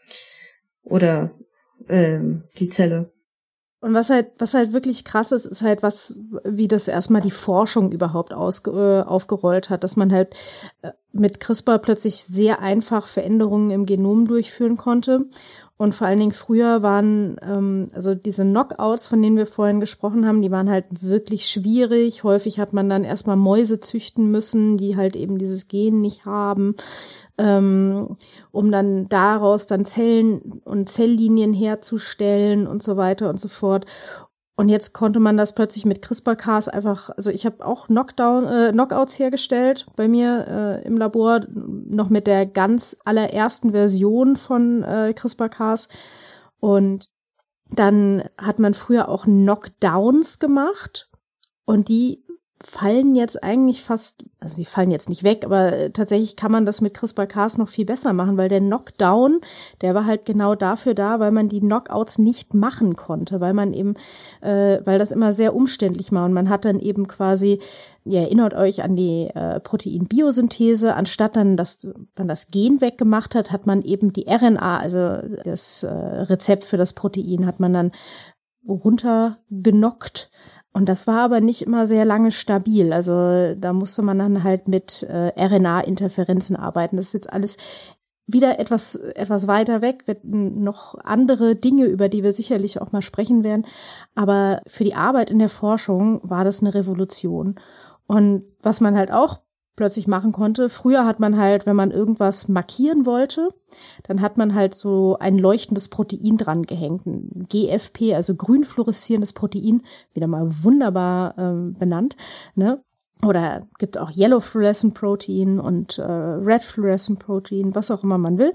Oder ähm, die Zelle. Und was halt, was halt wirklich krass ist, ist halt was, wie das erstmal die Forschung überhaupt ausge, äh, aufgerollt hat, dass man halt äh, mit CRISPR plötzlich sehr einfach Veränderungen im Genom durchführen konnte. Und vor allen Dingen früher waren, ähm, also diese Knockouts, von denen wir vorhin gesprochen haben, die waren halt wirklich schwierig. Häufig hat man dann erstmal Mäuse züchten müssen, die halt eben dieses Gen nicht haben, ähm, um dann daraus dann Zellen und Zelllinien herzustellen und so weiter und so fort. Und jetzt konnte man das plötzlich mit CRISPR-Cas einfach, also ich habe auch Knockdown, äh, Knockouts hergestellt bei mir äh, im Labor, noch mit der ganz allerersten Version von äh, CRISPR-Cas. Und dann hat man früher auch Knockdowns gemacht und die fallen jetzt eigentlich fast, also die fallen jetzt nicht weg, aber tatsächlich kann man das mit CRISPR-Cas noch viel besser machen, weil der Knockdown, der war halt genau dafür da, weil man die Knockouts nicht machen konnte, weil man eben, äh, weil das immer sehr umständlich war und man hat dann eben quasi, ihr erinnert euch an die äh, Proteinbiosynthese, anstatt dann, dass man das Gen weggemacht hat, hat man eben die R N A, also das äh, Rezept für das Protein, hat man dann runtergenockt. Und das war aber nicht immer sehr lange stabil. Also da musste man dann halt mit äh, R N A-Interferenzen arbeiten. Das ist jetzt alles wieder etwas etwas weiter weg, wird noch andere Dinge, über die wir sicherlich auch mal sprechen werden. Aber für die Arbeit in der Forschung war das eine Revolution. Und was man halt auch plötzlich machen konnte. Früher hat man halt, wenn man irgendwas markieren wollte, dann hat man halt so ein leuchtendes Protein dran gehängt, ein G F P, also grün fluoreszierendes Protein, wieder mal wunderbar ähm, benannt, ne? Oder gibt auch Yellow Fluorescent Protein und äh, Red Fluorescent Protein, was auch immer man will.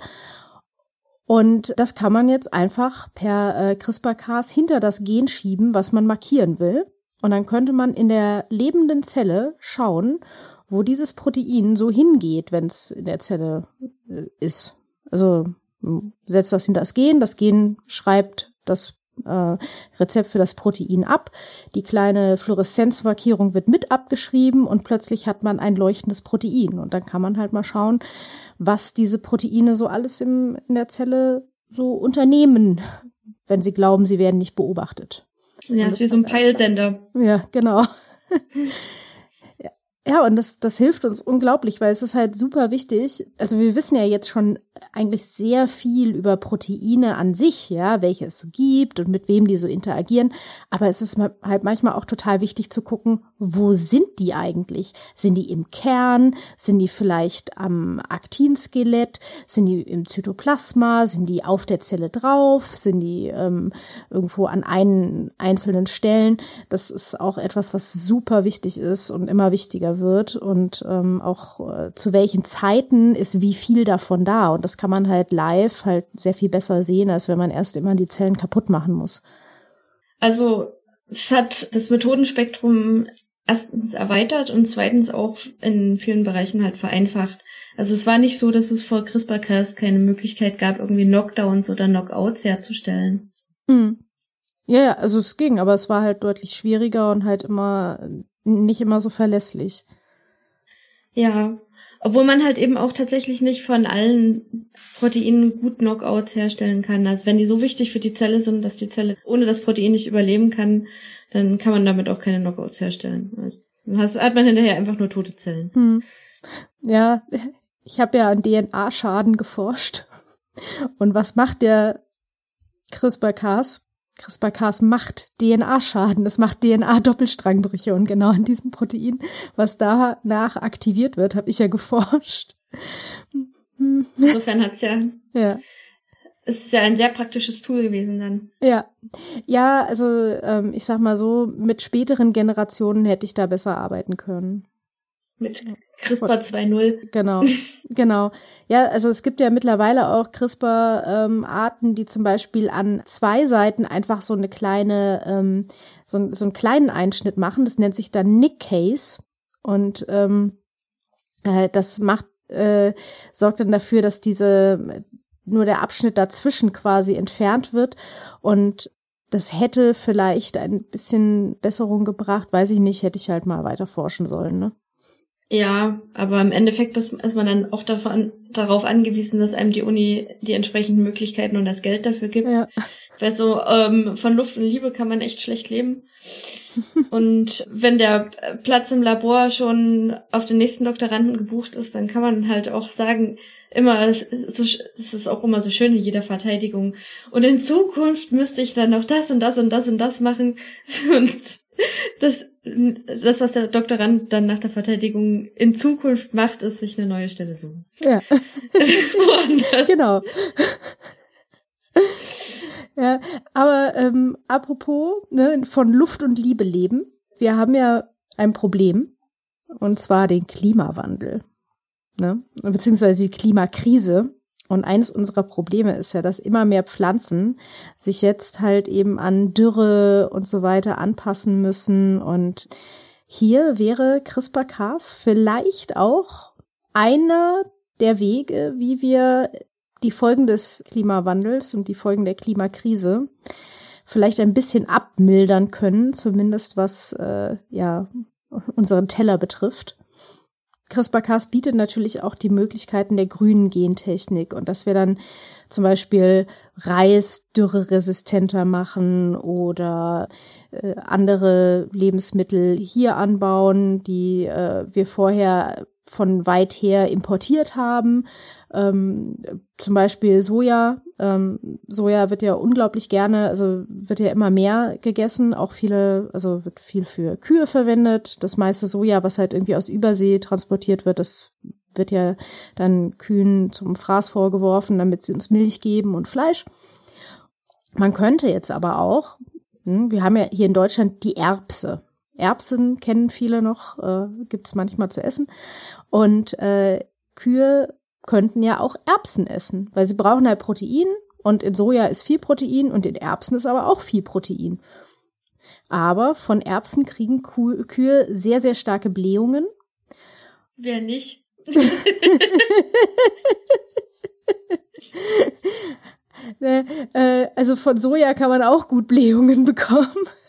Und das kann man jetzt einfach per äh, CRISPR-Cas hinter das Gen schieben, was man markieren will. Und dann könnte man in der lebenden Zelle schauen, wo dieses Protein so hingeht, wenn es in der Zelle äh, ist. Also setzt das hinter das Gen, das Gen schreibt das äh, Rezept für das Protein ab, die kleine Fluoreszenzmarkierung wird mit abgeschrieben und plötzlich hat man ein leuchtendes Protein. Und dann kann man halt mal schauen, was diese Proteine so alles im, in der Zelle so unternehmen, wenn sie glauben, sie werden nicht beobachtet. Ja, das ist wie so ein Peilsender. Ja, genau. Ja, und das, das hilft uns unglaublich, weil es ist halt super wichtig. Also wir wissen ja jetzt schon eigentlich sehr viel über Proteine an sich, ja, welche es so gibt und mit wem die so interagieren. Aber es ist halt manchmal auch total wichtig zu gucken, wo sind die eigentlich? Sind die im Kern? Sind die vielleicht am Aktinskelett? Sind die im Zytoplasma? Sind die auf der Zelle drauf? Sind die ähm, irgendwo an einen einzelnen Stellen? Das ist auch etwas, was super wichtig ist und immer wichtiger wird. Und ähm, auch äh, zu welchen Zeiten ist wie viel davon da? Und das kann man halt live halt sehr viel besser sehen, als wenn man erst immer die Zellen kaputt machen muss. Also es hat das Methodenspektrum erstens erweitert und zweitens auch in vielen Bereichen halt vereinfacht. Also es war nicht so, dass es vor CRISPR-Cas keine Möglichkeit gab, irgendwie Knockdowns oder Knockouts herzustellen. Hm. Ja, ja, also es ging, aber es war halt deutlich schwieriger und halt immer nicht immer so verlässlich. Ja, obwohl man halt eben auch tatsächlich nicht von allen Proteinen gut Knockouts herstellen kann. Also wenn die so wichtig für die Zelle sind, dass die Zelle ohne das Protein nicht überleben kann, dann kann man damit auch keine Knockouts herstellen. Also dann hast, hat man hinterher einfach nur tote Zellen. Hm. Ja, ich habe ja an D N A-Schaden geforscht. Und was macht der CRISPR-Cas? CRISPR-Cas macht D N A-Schaden, es macht D N A-Doppelstrangbrüche und genau an diesem Protein, was danach aktiviert wird, habe ich ja geforscht. Insofern hat's ja, ja, es ist ja ein sehr praktisches Tool gewesen dann. Ja, ja, also ähm, ich sag mal so, mit späteren Generationen hätte ich da besser arbeiten können. Mit CRISPR zwei Punkt null. Genau, genau. Ja, also es gibt ja mittlerweile auch CRISPR-Arten, ähm, die zum Beispiel an zwei Seiten einfach so eine kleine, ähm, so, so einen kleinen Einschnitt machen. Das nennt sich dann Nickcase. Und ähm, äh, das macht, äh, sorgt dann dafür, dass diese nur der Abschnitt dazwischen quasi entfernt wird. Und das hätte vielleicht ein bisschen Besserung gebracht. Weiß ich nicht, hätte ich halt mal weiter forschen sollen, ne? Ja, aber im Endeffekt ist man dann auch davon, darauf angewiesen, dass einem die Uni die entsprechenden Möglichkeiten und das Geld dafür gibt. Ja. Weil so ähm, von Luft und Liebe kann man echt schlecht leben. Und wenn der Platz im Labor schon auf den nächsten Doktoranden gebucht ist, dann kann man halt auch sagen, immer, es ist auch immer so schön in jeder Verteidigung. Und in Zukunft müsste ich dann noch das und das und das und das machen. Und das Das, was der Doktorand dann nach der Verteidigung in Zukunft macht, ist sich eine neue Stelle suchen. Ja. Genau. Ja, aber ähm, apropos ne, von Luft und Liebe leben, wir haben ja ein Problem, und zwar den Klimawandel, ne, beziehungsweise die Klimakrise. Und eines unserer Probleme ist ja, dass immer mehr Pflanzen sich jetzt halt eben an Dürre und so weiter anpassen müssen. Und hier wäre CRISPR-Cas vielleicht auch einer der Wege, wie wir die Folgen des Klimawandels und die Folgen der Klimakrise vielleicht ein bisschen abmildern können, zumindest was äh, ja unseren Teller betrifft. CRISPR-Cas bietet natürlich auch die Möglichkeiten der grünen Gentechnik und dass wir dann zum Beispiel Reis dürreresistenter machen oder äh, andere Lebensmittel hier anbauen, die äh, wir vorher von weit her importiert haben. Ähm, zum Beispiel Soja. Ähm, Soja wird ja unglaublich gerne, also wird ja immer mehr gegessen. Auch viele, also wird viel für Kühe verwendet. Das meiste Soja, was halt irgendwie aus Übersee transportiert wird, das wird ja dann Kühen zum Fraß vorgeworfen, damit sie uns Milch geben und Fleisch. Man könnte jetzt aber auch, hm, wir haben ja hier in Deutschland die Erbse. Erbsen kennen viele noch, äh, gibt's manchmal zu essen. Und äh, Kühe könnten ja auch Erbsen essen, weil sie brauchen halt Protein und in Soja ist viel Protein und in Erbsen ist aber auch viel Protein. Aber von Erbsen kriegen Kuh- Kühe sehr, sehr starke Blähungen. Wer nicht? Also von Soja kann man auch gut Blähungen bekommen.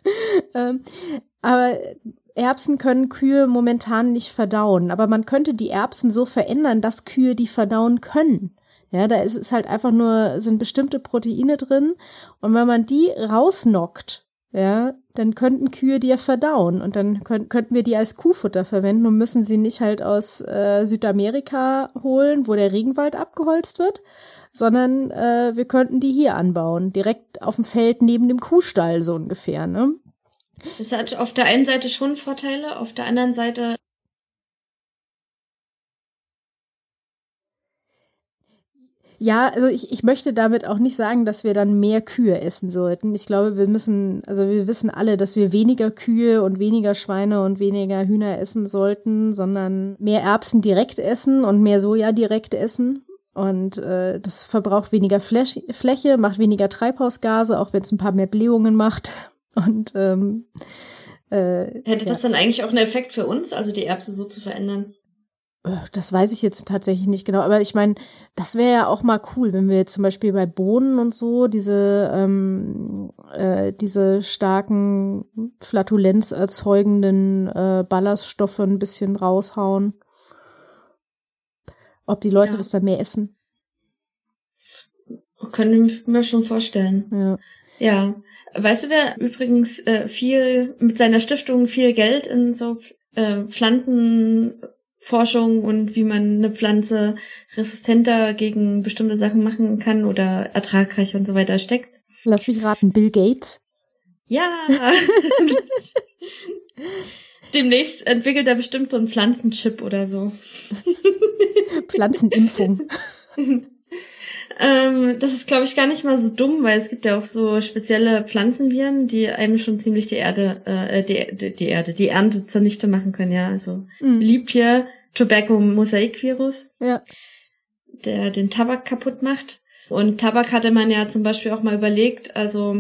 Aber Erbsen können Kühe momentan nicht verdauen. Aber man könnte die Erbsen so verändern, dass Kühe die verdauen können. Ja, da ist es halt einfach nur, sind bestimmte Proteine drin. Und wenn man die rausnockt, ja, dann könnten Kühe die ja verdauen. Und dann könnt, könnten wir die als Kuhfutter verwenden und müssen sie nicht halt aus äh, Südamerika holen, wo der Regenwald abgeholzt wird, sondern äh, wir könnten die hier anbauen, direkt auf dem Feld neben dem Kuhstall so ungefähr, ne? Das hat auf der einen Seite schon Vorteile, auf der anderen Seite ja, also ich, ich möchte damit auch nicht sagen, dass wir dann mehr Kühe essen sollten. Ich glaube, wir müssen, also wir wissen alle, dass wir weniger Kühe und weniger Schweine und weniger Hühner essen sollten, sondern mehr Erbsen direkt essen und mehr Soja direkt essen. Und äh, das verbraucht weniger Fläche, Fläche, macht weniger Treibhausgase, auch wenn es ein paar mehr Blähungen macht. Und ähm, äh, hätte ja. das dann eigentlich auch einen Effekt für uns, also die Erbse so zu verändern? Das weiß ich jetzt tatsächlich nicht genau, aber ich meine, das wäre ja auch mal cool, wenn wir jetzt zum Beispiel bei Bohnen und so diese ähm, äh, diese starken Flatulenz erzeugenden äh, Ballaststoffe ein bisschen raushauen. Ob die Leute ja. das dann mehr essen? Können wir mir schon vorstellen. Ja. Ja. Weißt du, wer übrigens äh, viel mit seiner Stiftung viel Geld in so äh, Pflanzenforschung und wie man eine Pflanze resistenter gegen bestimmte Sachen machen kann oder ertragreicher und so weiter steckt? Lass mich raten, Bill Gates? Ja! Demnächst entwickelt er bestimmt so einen Pflanzenchip oder so. Pflanzenimpfung. ähm, das ist, glaube ich, gar nicht mal so dumm, weil es gibt ja auch so spezielle Pflanzenviren, die einem schon ziemlich die Erde, äh, die, die, die Erde, die Ernte zunichte machen können, ja. Also mhm. beliebt hier Tobacco-Mosaic-Virus, ja. der den Tabak kaputt macht. Und Tabak hatte man ja zum Beispiel auch mal überlegt, also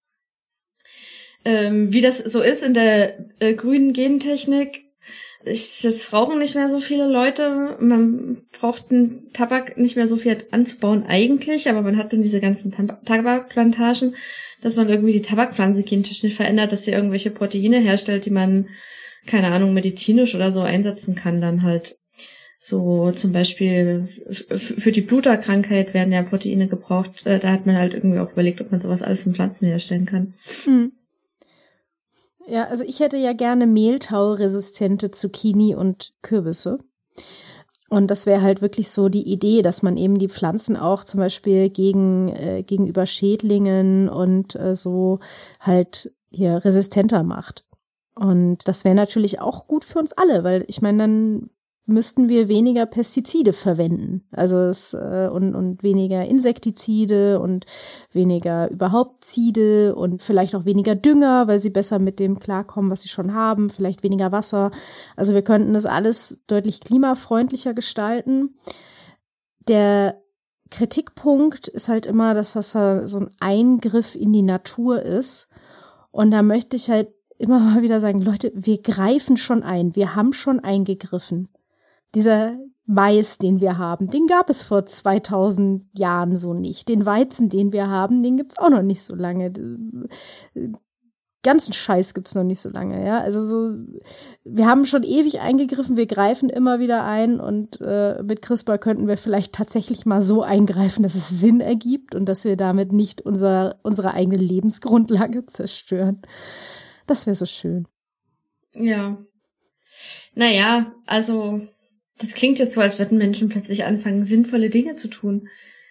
ähm, wie das so ist in der äh, grünen Gentechnik. Ich, jetzt rauchen nicht mehr so viele Leute. Man braucht den Tabak nicht mehr so viel anzubauen eigentlich, aber man hat nun diese ganzen Tab- Tabakplantagen, dass man irgendwie die Tabakpflanze gentechnisch verändert, dass sie irgendwelche Proteine herstellt, die man, keine Ahnung, medizinisch oder so einsetzen kann dann halt. So zum Beispiel f- für die Bluterkrankheit werden ja Proteine gebraucht. Da hat man halt irgendwie auch überlegt, ob man sowas alles von Pflanzen herstellen kann. Mhm. Ja, also ich hätte ja gerne mehltauresistente Zucchini und Kürbisse. Und das wäre halt wirklich so die Idee, dass man eben die Pflanzen auch zum Beispiel gegen äh, gegenüber Schädlingen und äh, so halt hier resistenter macht. Und das wäre natürlich auch gut für uns alle, weil ich meine, dann müssten wir weniger Pestizide verwenden, also es, äh, und und weniger Insektizide und weniger überhaupt Zide und vielleicht auch weniger Dünger, weil sie besser mit dem klarkommen, was sie schon haben, vielleicht weniger Wasser. Also wir könnten das alles deutlich klimafreundlicher gestalten. Der Kritikpunkt ist halt immer, dass das so ein Eingriff in die Natur ist. Und da möchte ich halt immer mal wieder sagen, Leute, wir greifen schon ein, wir haben schon eingegriffen. Dieser Mais, den wir haben, den gab es vor zweitausend Jahren so nicht. Den Weizen, den wir haben, den gibt's auch noch nicht so lange. Ganzen Scheiß gibt's noch nicht so lange, ja. Also so, wir haben schon ewig eingegriffen, wir greifen immer wieder ein und äh, mit CRISPR könnten wir vielleicht tatsächlich mal so eingreifen, dass es Sinn ergibt und dass wir damit nicht unser, unsere eigene Lebensgrundlage zerstören. Das wäre so schön. Ja. Naja, also das klingt jetzt so, als würden Menschen plötzlich anfangen, sinnvolle Dinge zu tun.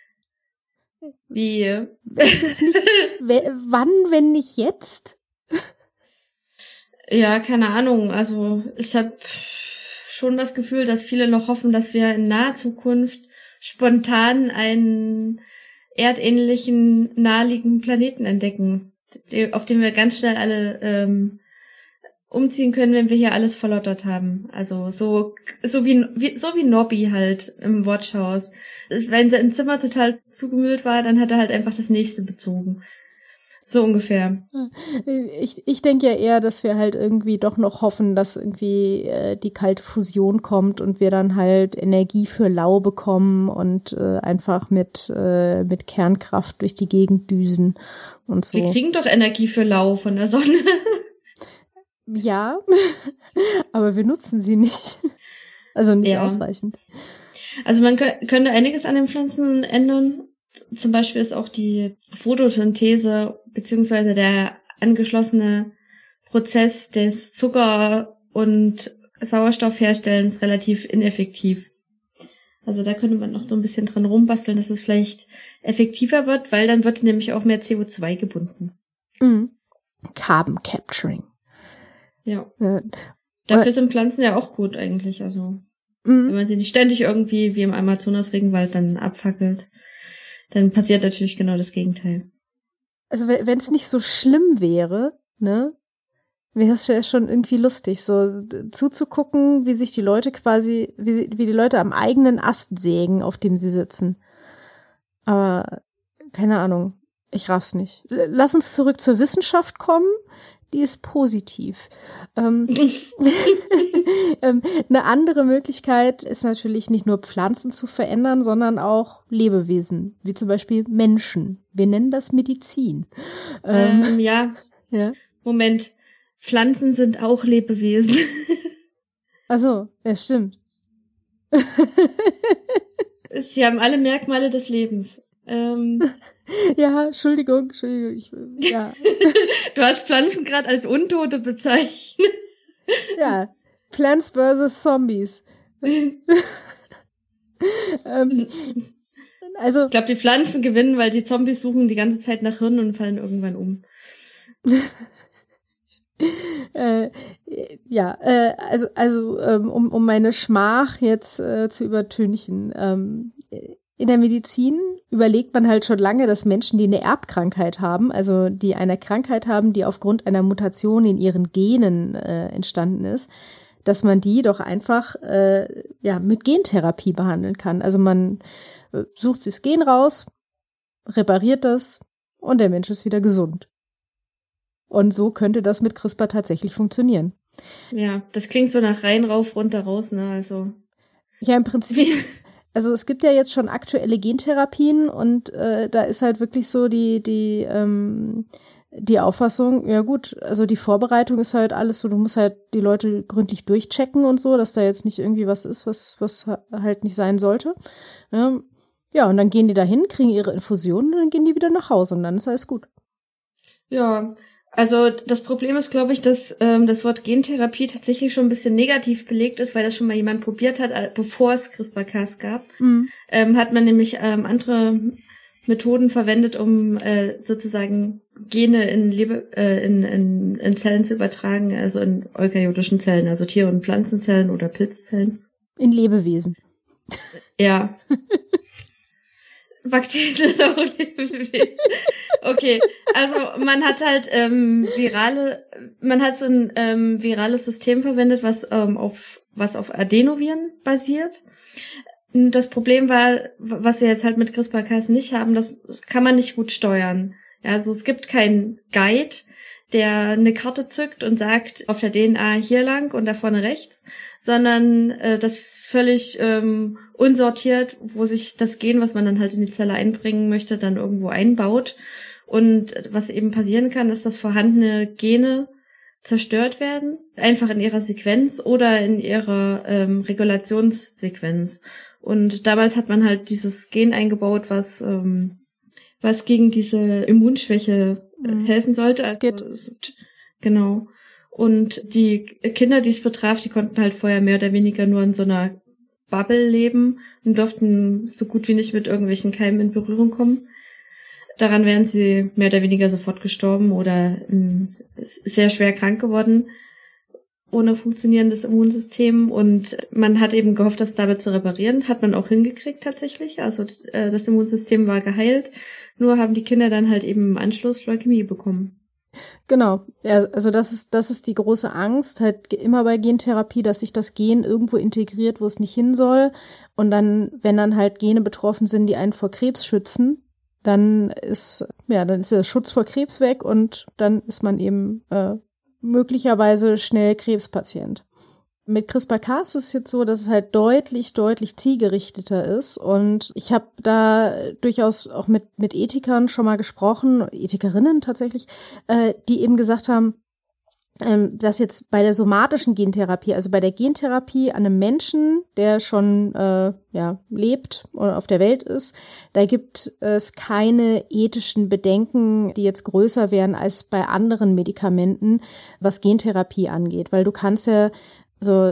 Wie? Weiß jetzt nicht, wann, wenn nicht jetzt? Ja, keine Ahnung. Also ich habe schon das Gefühl, dass viele noch hoffen, dass wir in naher Zukunft spontan einen erdähnlichen, naheliegenden Planeten entdecken, auf dem wir ganz schnell alle ähm, umziehen können, wenn wir hier alles verlottert haben. Also so so wie, wie so wie Nobby halt im Watchhaus. Wenn sein Zimmer total zugemüllt war, dann hat er halt einfach das nächste bezogen. So ungefähr. Ich, ich denke ja eher, dass wir halt irgendwie doch noch hoffen, dass irgendwie äh, die kalte Fusion kommt und wir dann halt Energie für lau bekommen und äh, einfach mit äh, mit Kernkraft durch die Gegend düsen und so. Wir kriegen doch Energie für lau von der Sonne. Ja, aber wir nutzen sie nicht. Also nicht ja. ausreichend. Also man kö- könnte einiges an den Pflanzen ändern. Zum Beispiel ist auch die Photosynthese beziehungsweise der angeschlossene Prozess des Zucker- und Sauerstoffherstellens relativ ineffektiv. Also da könnte man noch so ein bisschen dran rumbasteln, dass es vielleicht effektiver wird, weil dann wird nämlich auch mehr C O zwei gebunden. Mhm. Carbon Capturing. Ja. ja. Dafür sind Pflanzen ja auch gut eigentlich. Also mhm. wenn man sie nicht ständig irgendwie wie im Amazonas-Regenwald dann abfackelt, dann passiert natürlich genau das Gegenteil. Also wenn es nicht so schlimm wäre, ne, wäre es ja schon irgendwie lustig, so zuzugucken, wie sich die Leute quasi, wie, sie, wie die Leute am eigenen Ast sägen, auf dem sie sitzen. Aber keine Ahnung. Ich raff's nicht. Lass uns zurück zur Wissenschaft kommen. Die ist positiv. Ähm, ähm, eine andere Möglichkeit ist natürlich nicht nur Pflanzen zu verändern, sondern auch Lebewesen, wie zum Beispiel Menschen. Wir nennen das Medizin. Ähm, ähm, ja. ja. Moment. Pflanzen sind auch Lebewesen. Ach so, ja, stimmt. Sie haben alle Merkmale des Lebens. Ähm. Ja, Entschuldigung, Entschuldigung. Ich, ja. Du hast Pflanzen gerade als Untote bezeichnet. Ja, Plants versus Zombies. ähm, also, ich glaube, die Pflanzen gewinnen, weil die Zombies suchen die ganze Zeit nach Hirn und fallen irgendwann um. äh, ja, äh, also, also ähm, um, um meine Schmach jetzt äh, zu übertünchen. Ähm, in der Medizin überlegt man halt schon lange, dass Menschen, die eine Erbkrankheit haben, also die eine Krankheit haben, die aufgrund einer Mutation in ihren Genen äh, entstanden ist, dass man die doch einfach äh, ja mit Gentherapie behandeln kann. Also man äh, sucht sich das Gen raus, repariert das und der Mensch ist wieder gesund. Und so könnte das mit CRISPR tatsächlich funktionieren. Ja, das klingt so nach rein, rauf, runter, raus, ne, also. Ja, im Prinzip. Also es gibt ja jetzt schon aktuelle Gentherapien und äh, da ist halt wirklich so die die ähm, die Auffassung, ja gut, also die Vorbereitung ist halt alles so, du musst halt die Leute gründlich durchchecken und so, dass da jetzt nicht irgendwie was ist, was was halt nicht sein sollte. Ja, ja, und dann gehen die dahin, kriegen ihre Infusionen und dann gehen die wieder nach Hause und dann ist alles gut. Ja, also das Problem ist, glaube ich, dass ähm, das Wort Gentherapie tatsächlich schon ein bisschen negativ belegt ist, weil das schon mal jemand probiert hat, bevor es CRISPR-Cas gab. Mhm. Ähm, hat man nämlich ähm, andere Methoden verwendet, um äh, sozusagen Gene in, Lebe, äh, in, in, in Zellen zu übertragen, also in eukaryotischen Zellen, also Tier- und Pflanzenzellen oder Pilzzellen. In Lebewesen. Ja. Bakterien sind auch Lebewesen. Okay, also man hat halt ähm, virale, man hat so ein ähm, virales System verwendet, was ähm, auf was auf Adenoviren basiert. Das Problem war, was wir jetzt halt mit CRISPR-Cas nicht haben, das kann man nicht gut steuern. Ja, also es gibt keinen Guide, der eine Karte zückt und sagt, auf der D N A hier lang und da vorne rechts, sondern äh, das ist völlig ähm, unsortiert, wo sich das Gen, was man dann halt in die Zelle einbringen möchte, dann irgendwo einbaut. Und was eben passieren kann, ist, dass vorhandene Gene zerstört werden, einfach in ihrer Sequenz oder in ihrer ähm, Regulationssequenz. Und damals hat man halt dieses Gen eingebaut, was ähm, was gegen diese Immunschwäche mhm. helfen sollte. Das also, geht. Genau. Und die Kinder, die es betraf, die konnten halt vorher mehr oder weniger nur in so einer Bubble leben und durften so gut wie nicht mit irgendwelchen Keimen in Berührung kommen. Daran wären sie mehr oder weniger sofort gestorben oder ähm, sehr schwer krank geworden ohne funktionierendes Immunsystem. Und man hat eben gehofft, das damit zu reparieren. Hat man auch hingekriegt tatsächlich. Also äh, das Immunsystem war geheilt. Nur haben die Kinder dann halt eben im Anschluss Leukämie bekommen. Genau, ja, also das ist das ist die große Angst, halt immer bei Gentherapie, dass sich das Gen irgendwo integriert, wo es nicht hin soll. Und dann, wenn dann halt Gene betroffen sind, die einen vor Krebs schützen, dann ist ja dann ist der Schutz vor Krebs weg und dann ist man eben äh, möglicherweise schnell Krebspatient. Mit CRISPR-Cas ist es jetzt so, dass es halt deutlich, deutlich zielgerichteter ist. Und ich habe da durchaus auch mit mit Ethikern schon mal gesprochen, Ethikerinnen tatsächlich, äh, die eben gesagt haben, ähm, dass jetzt bei der somatischen Gentherapie, also bei der Gentherapie an einem Menschen, der schon äh, ja lebt oder auf der Welt ist, da gibt es keine ethischen Bedenken, die jetzt größer wären als bei anderen Medikamenten, was Gentherapie angeht. Weil du kannst ja Also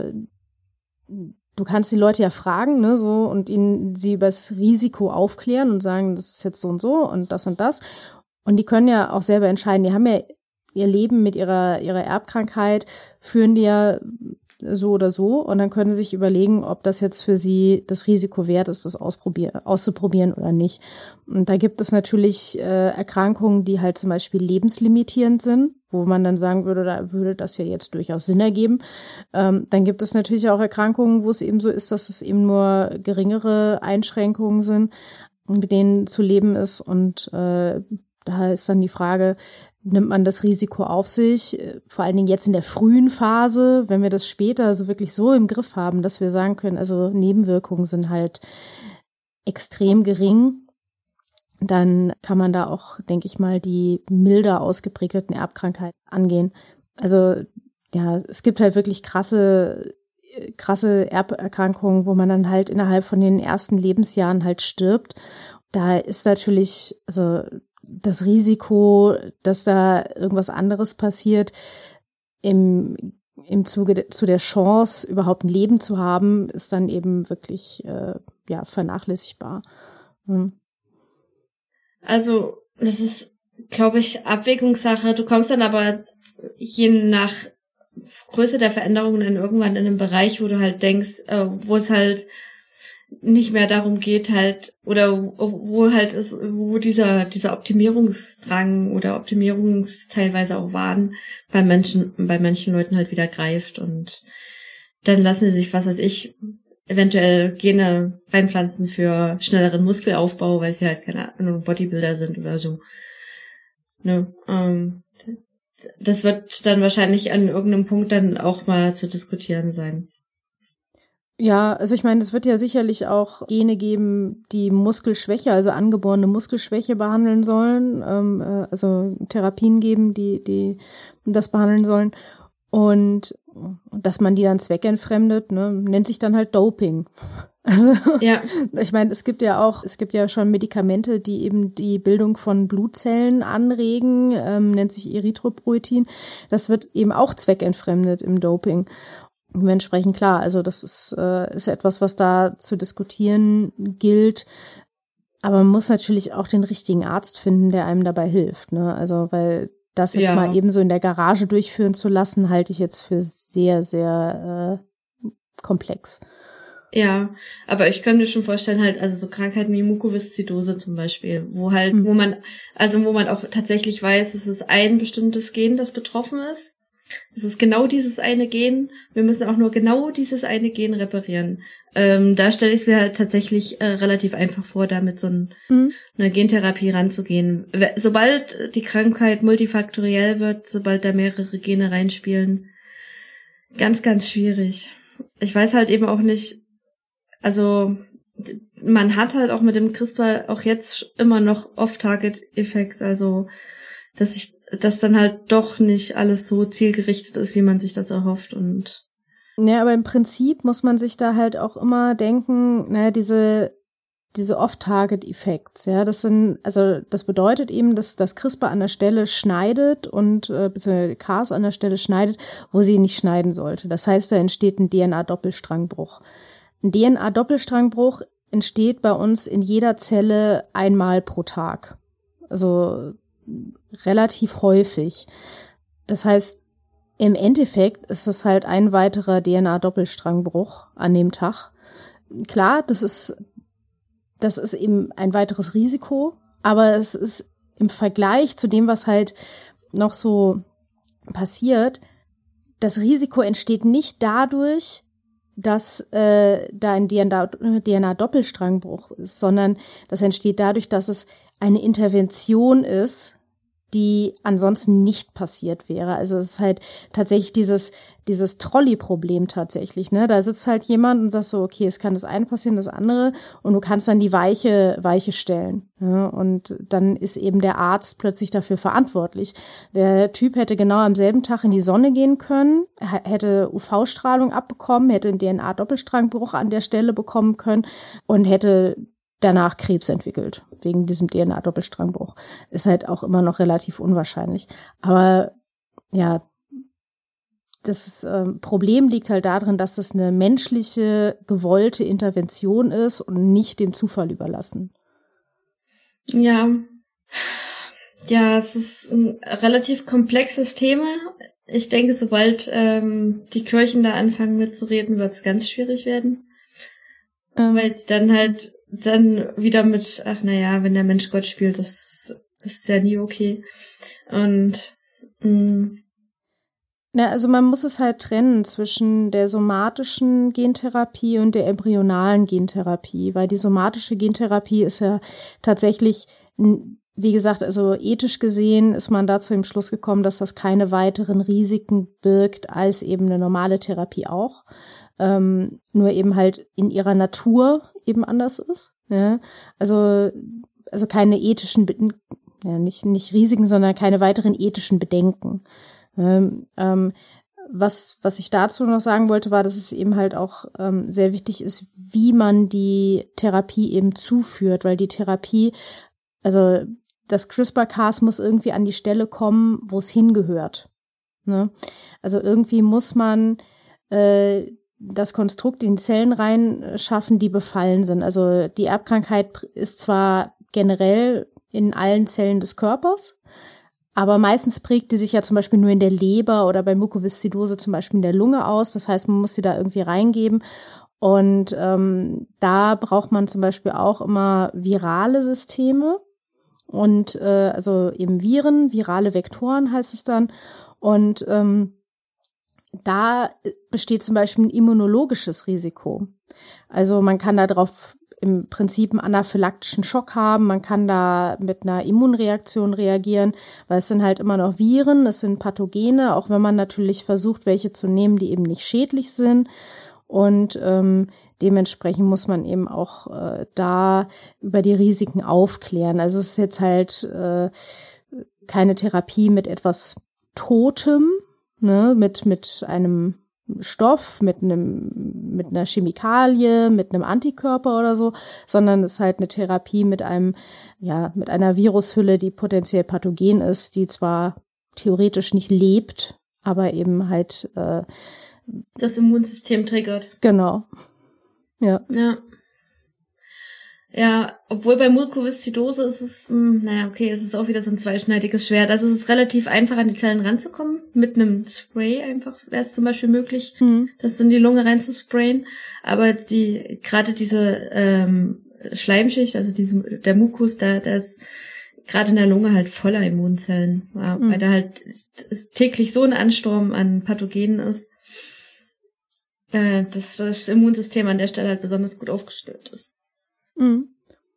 du kannst die Leute ja fragen, ne, so und ihnen sie über das Risiko aufklären und sagen, das ist jetzt so und so und das und das. Und die können ja auch selber entscheiden. Die haben ja ihr Leben mit ihrer ihrer Erbkrankheit, führen die ja so oder so und dann können sie sich überlegen, ob das jetzt für sie das Risiko wert ist, das ausprobieren, auszuprobieren oder nicht. Und da gibt es natürlich äh, Erkrankungen, die halt zum Beispiel lebenslimitierend sind, wo man dann sagen würde, da würde das ja jetzt durchaus Sinn ergeben. Ähm, dann gibt es natürlich auch Erkrankungen, wo es eben so ist, dass es eben nur geringere Einschränkungen sind, mit denen zu leben ist und äh, da ist dann die Frage, nimmt man das Risiko auf sich, vor allen Dingen jetzt in der frühen Phase, wenn wir das später so wirklich so im Griff haben, dass wir sagen können, also Nebenwirkungen sind halt extrem gering, dann kann man da auch, denke ich mal, die milder ausgeprägten Erbkrankheiten angehen. Also ja, es gibt halt wirklich krasse, krasse Erberkrankungen, wo man dann halt innerhalb von den ersten Lebensjahren halt stirbt. Da ist natürlich, also das Risiko, dass da irgendwas anderes passiert, im, im Zuge zu der Chance, überhaupt ein Leben zu haben, ist dann eben wirklich, äh, ja, vernachlässigbar. Hm. Also, das ist, glaube ich, Abwägungssache. Du kommst dann aber je nach Größe der Veränderungen dann irgendwann in einen Bereich, wo du halt denkst, äh, wo es halt nicht mehr darum geht halt, oder wo halt ist, wo dieser, dieser Optimierungsdrang oder Optimierungs teilweise auch Wahn bei Menschen, bei manchen Leuten halt wieder greift und dann lassen sie sich, was weiß ich, eventuell Gene reinpflanzen für schnelleren Muskelaufbau, weil sie halt keine Ahnung, Bodybuilder sind oder so. Ne, ähm, das wird dann wahrscheinlich an irgendeinem Punkt dann auch mal zu diskutieren sein. Ja, also ich meine, es wird ja sicherlich auch Gene geben, die Muskelschwäche, also angeborene Muskelschwäche behandeln sollen, ähm, äh, also Therapien geben, die die das behandeln sollen. Und dass man die dann zweckentfremdet, ne, nennt sich dann halt Doping. Also ja. Ich meine, es gibt ja auch, es gibt ja schon Medikamente, die eben die Bildung von Blutzellen anregen, ähm, nennt sich Erythropoietin. Das wird eben auch zweckentfremdet im Doping. Dementsprechend klar, also das ist, äh, ist etwas, was da zu diskutieren gilt. Aber man muss natürlich auch den richtigen Arzt finden, der einem dabei hilft, ne? Also, weil das jetzt ja. mal eben so in der Garage durchführen zu lassen, halte ich jetzt für sehr, sehr äh, komplex. Ja, aber ich könnte mir schon vorstellen, halt, also so Krankheiten wie Mukoviszidose zum Beispiel, wo halt, mhm. wo man, also wo man auch tatsächlich weiß, es ist ein bestimmtes Gen, das betroffen ist. Es ist genau dieses eine Gen. Wir müssen auch nur genau dieses eine Gen reparieren. Ähm, da stelle ich es mir halt tatsächlich äh, relativ einfach vor, da mit so ein, mhm. einer Gentherapie ranzugehen. Sobald die Krankheit multifaktoriell wird, sobald da mehrere Gene reinspielen, ganz, ganz schwierig. Ich weiß halt eben auch nicht, also man hat halt auch mit dem CRISPR auch jetzt immer noch Off-Target-Effekt, also dass ich, dass dann halt doch nicht alles so zielgerichtet ist, wie man sich das erhofft und. Ja, aber im Prinzip muss man sich da halt auch immer denken, naja, diese, diese Off-Target-Effekts, ja, das sind, also, das bedeutet eben, dass das CRISPR an der Stelle schneidet und, äh, beziehungsweise Cas an der Stelle schneidet, wo sie nicht schneiden sollte. Das heißt, da entsteht ein D N A-Doppelstrangbruch. Ein D N A-Doppelstrangbruch entsteht bei uns in jeder Zelle einmal pro Tag. Also, relativ häufig. Das heißt, im Endeffekt ist es halt ein weiterer D N A-Doppelstrangbruch an dem Tag. Klar, das ist, das ist eben ein weiteres Risiko, aber es ist im Vergleich zu dem, was halt noch so passiert, das Risiko entsteht nicht dadurch, dass äh, da ein D N A-Doppelstrangbruch ist, sondern das entsteht dadurch, dass es eine Intervention ist, die ansonsten nicht passiert wäre. Also es ist halt tatsächlich dieses dieses Trolley-Problem tatsächlich, ne? Da sitzt halt jemand und sagt so, okay, es kann das eine passieren, das andere, und du kannst dann die Weiche Weiche stellen, ne? Und dann ist eben der Arzt plötzlich dafür verantwortlich. Der Typ hätte genau am selben Tag in die Sonne gehen können, hätte U V-Strahlung abbekommen, hätte einen D N A-Doppelstrangbruch an der Stelle bekommen können und hätte danach Krebs entwickelt, wegen diesem D N A-Doppelstrangbruch. Ist halt auch immer noch relativ unwahrscheinlich. Aber ja, das äh, Problem liegt halt darin, dass das eine menschliche, gewollte Intervention ist und nicht dem Zufall überlassen. Ja, ja, es ist ein relativ komplexes Thema. Ich denke, sobald ähm, die Kirchen da anfangen mitzureden, wird es ganz schwierig werden. Ähm. Weil die dann halt dann wieder mit, ach naja, wenn der Mensch Gott spielt, das, das ist ja nie okay. Und mh. Na, also man muss es halt trennen zwischen der somatischen Gentherapie und der embryonalen Gentherapie, weil die somatische Gentherapie ist ja tatsächlich wie gesagt, also ethisch gesehen ist man da zu dem Schluss gekommen, dass das keine weiteren Risiken birgt als eben eine normale Therapie auch. Ähm, nur eben halt in ihrer Natur eben anders ist. Ja? Also, also keine ethischen, ja, nicht, nicht Risiken, sondern keine weiteren ethischen Bedenken. Ähm, ähm, was, was ich dazu noch sagen wollte, war, dass es eben halt auch ähm, sehr wichtig ist, wie man die Therapie eben zuführt, weil die Therapie, also das CRISPR-Cas muss irgendwie an die Stelle kommen, wo es hingehört. Ne? Also irgendwie muss man äh, das Konstrukt in die Zellen reinschaffen, die befallen sind. Also die Erbkrankheit ist zwar generell in allen Zellen des Körpers, aber meistens prägt die sich ja zum Beispiel nur in der Leber oder bei Mukoviszidose zum Beispiel in der Lunge aus. Das heißt, man muss sie da irgendwie reingeben. Und ähm, da braucht man zum Beispiel auch immer virale Systeme. Und äh, also eben Viren, virale Vektoren heißt es dann. Und ähm, da besteht zum Beispiel ein immunologisches Risiko. Also man kann da drauf im Prinzip einen anaphylaktischen Schock haben, man kann da mit einer Immunreaktion reagieren, weil es sind halt immer noch Viren, es sind Pathogene, auch wenn man natürlich versucht, welche zu nehmen, die eben nicht schädlich sind. Und ähm, dementsprechend muss man eben auch äh, da über die Risiken aufklären. Also es ist jetzt halt äh, keine Therapie mit etwas Totem, ne, mit mit einem Stoff, mit einem mit einer Chemikalie, mit einem Antikörper oder so, sondern es ist halt eine Therapie mit einem ja mit einer Virushülle, die potenziell pathogen ist, die zwar theoretisch nicht lebt, aber eben halt äh, das Immunsystem triggert. Genau. Ja. Ja. Ja, obwohl bei Mukoviszidose ist es, mh, naja, okay, es ist auch wieder so ein zweischneidiges Schwert. Also es ist relativ einfach, an die Zellen ranzukommen. Mit einem Spray einfach wäre es zum Beispiel möglich, mhm. das in die Lunge reinzusprayen. Aber die, gerade diese ähm, Schleimschicht, also diese, der Mukus, da, da ist gerade in der Lunge halt voller Immunzellen. Ja, mhm. Weil da halt täglich so ein Ansturm an Pathogenen ist, dass das Immunsystem an der Stelle halt besonders gut aufgestellt ist. Mhm.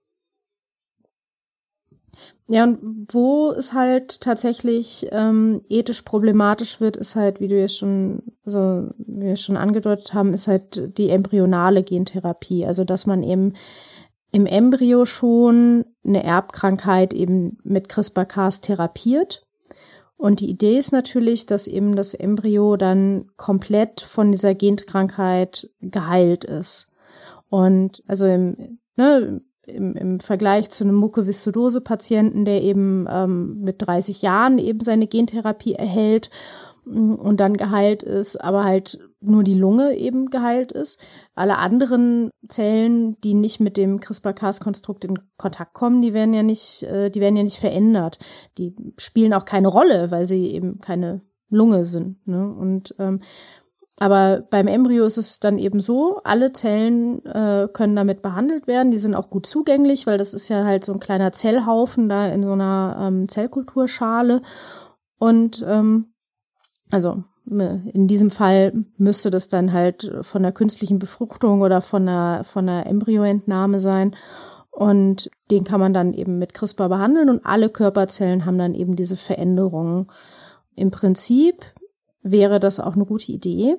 Ja, und wo es halt tatsächlich ähm, ethisch problematisch wird, ist halt, wie du ja schon, also wie wir schon angedeutet haben, ist halt die embryonale Gentherapie. Also dass man eben im Embryo schon eine Erbkrankheit eben mit CRISPR-Cas therapiert. Und die Idee ist natürlich, dass eben das Embryo dann komplett von dieser Genkrankheit geheilt ist. Und also im, ne, im, im Vergleich zu einem Mukoviszidose-Patienten, der eben ähm, mit dreißig Jahren eben seine Gentherapie erhält und dann geheilt ist, aber halt nur die Lunge eben geheilt ist. Alle anderen Zellen, die nicht mit dem CRISPR-Cas-Konstrukt in Kontakt kommen, die werden ja nicht, äh, die werden ja nicht verändert. Die spielen auch keine Rolle, weil sie eben keine Lunge sind. Ne? Und ähm, aber beim Embryo ist es dann eben so, alle Zellen äh, können damit behandelt werden. Die sind auch gut zugänglich, weil das ist ja halt so ein kleiner Zellhaufen da in so einer ähm, Zellkulturschale. Und ähm, also in diesem Fall müsste das dann halt von der künstlichen Befruchtung oder von einer, von einer Embryoentnahme sein. Und den kann man dann eben mit CRISPR behandeln und alle Körperzellen haben dann eben diese Veränderungen. Im Prinzip wäre das auch eine gute Idee.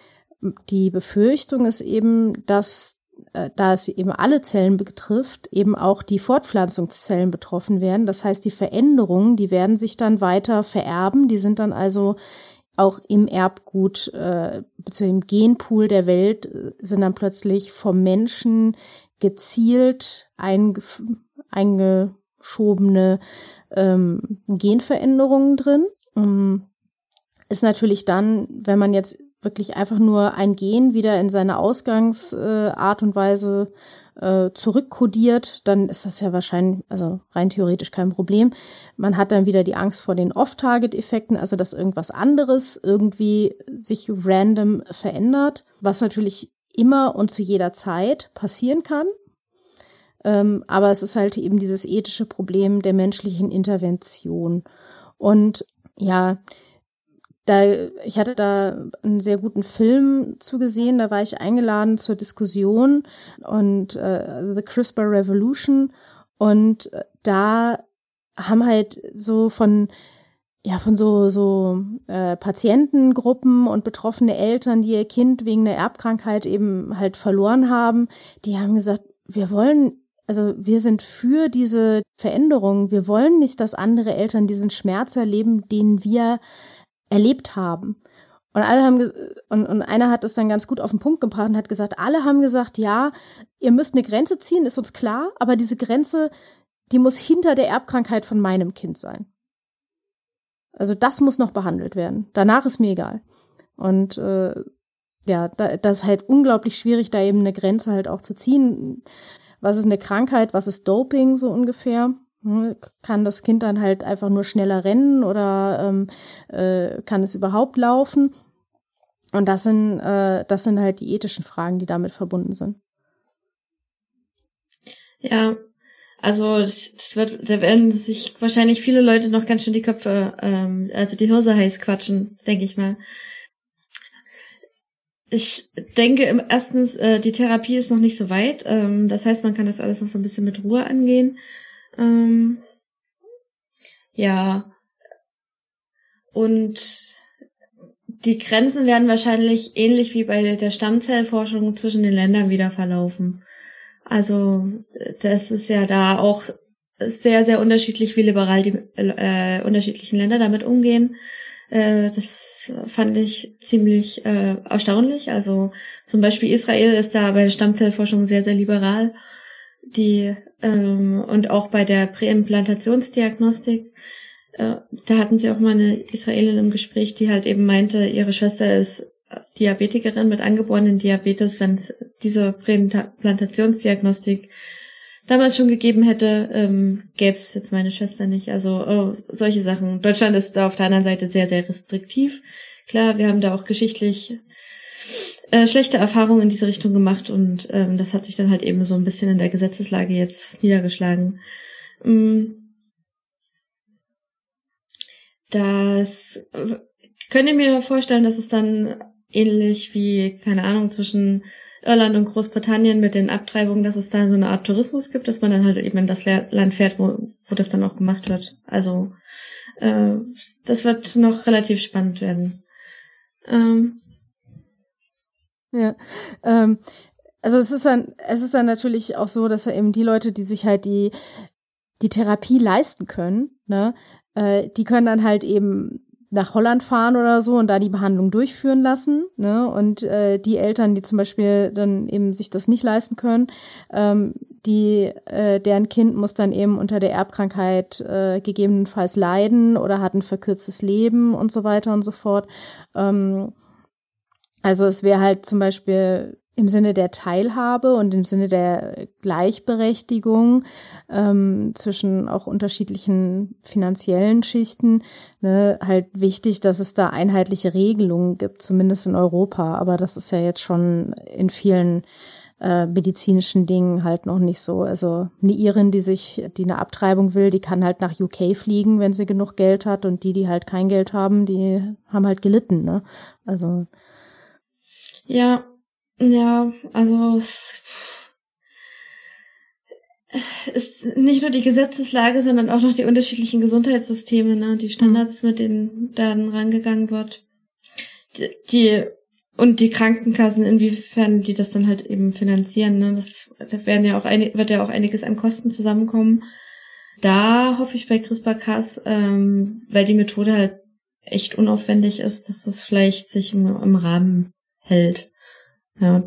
Die Befürchtung ist eben, dass, äh, da es eben alle Zellen betrifft, eben auch die Fortpflanzungszellen betroffen werden. Das heißt, die Veränderungen, die werden sich dann weiter vererben. Die sind dann also auch im Erbgut, äh, beziehungsweise im Genpool der Welt, äh, sind dann plötzlich vom Menschen gezielt eingef- eingeschobene ähm, Genveränderungen drin. Ähm, ist natürlich dann, wenn man jetzt wirklich einfach nur ein Gen wieder in seine Ausgangsart äh, und Weise äh, zurückkodiert, dann ist das ja wahrscheinlich, also rein theoretisch kein Problem. Man hat dann wieder die Angst vor den Off-Target-Effekten, also dass irgendwas anderes irgendwie sich random verändert, was natürlich immer und zu jeder Zeit passieren kann. Ähm, aber es ist halt eben dieses ethische Problem der menschlichen Intervention. Und ja, Da, ich hatte da einen sehr guten Film zugesehen, da war ich eingeladen zur Diskussion und äh, The CRISPR Revolution und da haben halt so von ja von so so äh, Patientengruppen und betroffene Eltern, die ihr Kind wegen einer Erbkrankheit eben halt verloren haben, die haben gesagt, wir wollen Also wir sind für diese Veränderung. Wir wollen nicht, dass andere Eltern diesen Schmerz erleben, den wir erlebt haben. Und alle haben und, und einer hat es dann ganz gut auf den Punkt gebracht und hat gesagt, alle haben gesagt, ja, ihr müsst eine Grenze ziehen, ist uns klar, aber diese Grenze, die muss hinter der Erbkrankheit von meinem Kind sein. Also das muss noch behandelt werden. Danach ist mir egal. Und äh, ja, da, das ist halt unglaublich schwierig, da eben eine Grenze halt auch zu ziehen. Was ist eine Krankheit, was ist Doping so ungefähr? Kann das Kind dann halt einfach nur schneller rennen oder ähm, äh, kann es überhaupt laufen? Und das sind äh, das sind halt die ethischen Fragen, die damit verbunden sind. Ja, also das wird, da werden sich wahrscheinlich viele Leute noch ganz schön die Köpfe, ähm, also die Hirse heiß quatschen, denke ich mal. Ich denke, im erstens, äh, die Therapie ist noch nicht so weit. Ähm, das heißt, man kann das alles noch so ein bisschen mit Ruhe angehen. Ähm, ja. Und die Grenzen werden wahrscheinlich ähnlich wie bei der Stammzellforschung zwischen den Ländern wieder verlaufen. Also das ist ja da auch sehr, sehr unterschiedlich, wie liberal die äh, unterschiedlichen Länder damit umgehen. Äh, das fand ich ziemlich äh, erstaunlich. Also zum Beispiel Israel ist da bei der Stammzellforschung sehr, sehr liberal. Die ähm, und auch bei der Präimplantationsdiagnostik, äh, da hatten sie auch mal eine Israelin im Gespräch, die halt eben meinte, ihre Schwester ist Diabetikerin mit angeborenen Diabetes. Wenn es diese Präimplantationsdiagnostik damals schon gegeben hätte, ähm, gäbe es jetzt meine Schwester nicht. Also oh, solche Sachen. Deutschland ist da auf der anderen Seite sehr, sehr restriktiv. Klar, wir haben da auch geschichtlich äh, schlechte Erfahrungen in diese Richtung gemacht und ähm, das hat sich dann halt eben so ein bisschen in der Gesetzeslage jetzt niedergeschlagen. Ähm, das äh, könnt ihr mir vorstellen, dass es dann ähnlich wie, keine Ahnung, zwischen Irland und Großbritannien mit den Abtreibungen, dass es da so eine Art Tourismus gibt, dass man dann halt eben in das Land fährt, wo, wo das dann auch gemacht wird. Also äh, das wird noch relativ spannend werden. Ähm. Ja, ähm, also es ist dann, es ist dann natürlich auch so, dass eben die Leute, die sich halt die die Therapie leisten können, ne, äh, die können dann halt eben nach Holland fahren oder so und da die Behandlung durchführen lassen, ne? Und äh, die Eltern, die zum Beispiel dann eben sich das nicht leisten können, ähm, die äh, deren Kind muss dann eben unter der Erbkrankheit äh, gegebenenfalls leiden oder hat ein verkürztes Leben und so weiter und so fort. Ähm, also es wäre halt zum Beispiel im Sinne der Teilhabe und im Sinne der Gleichberechtigung ähm, zwischen auch unterschiedlichen finanziellen Schichten, ne, halt wichtig, dass es da einheitliche Regelungen gibt, zumindest in Europa. Aber das ist ja jetzt schon in vielen äh, medizinischen Dingen halt noch nicht so. Also eine Irin, die sich, die eine Abtreibung will, die kann halt nach U K fliegen, wenn sie genug Geld hat, und die, die halt kein Geld haben, die haben halt gelitten, ne? Also ja. Ja, also es ist nicht nur die Gesetzeslage, sondern auch noch die unterschiedlichen Gesundheitssysteme, ne, die Standards, mit denen dann rangegangen wird. Die, die und die Krankenkassen, inwiefern die das dann halt eben finanzieren, ne, das da werden ja auch ein, wird ja auch einiges an Kosten zusammenkommen. Da hoffe ich bei CRISPR-Cas, ähm, weil die Methode halt echt unaufwendig ist, dass das vielleicht sich im, im Rahmen hält. Ja.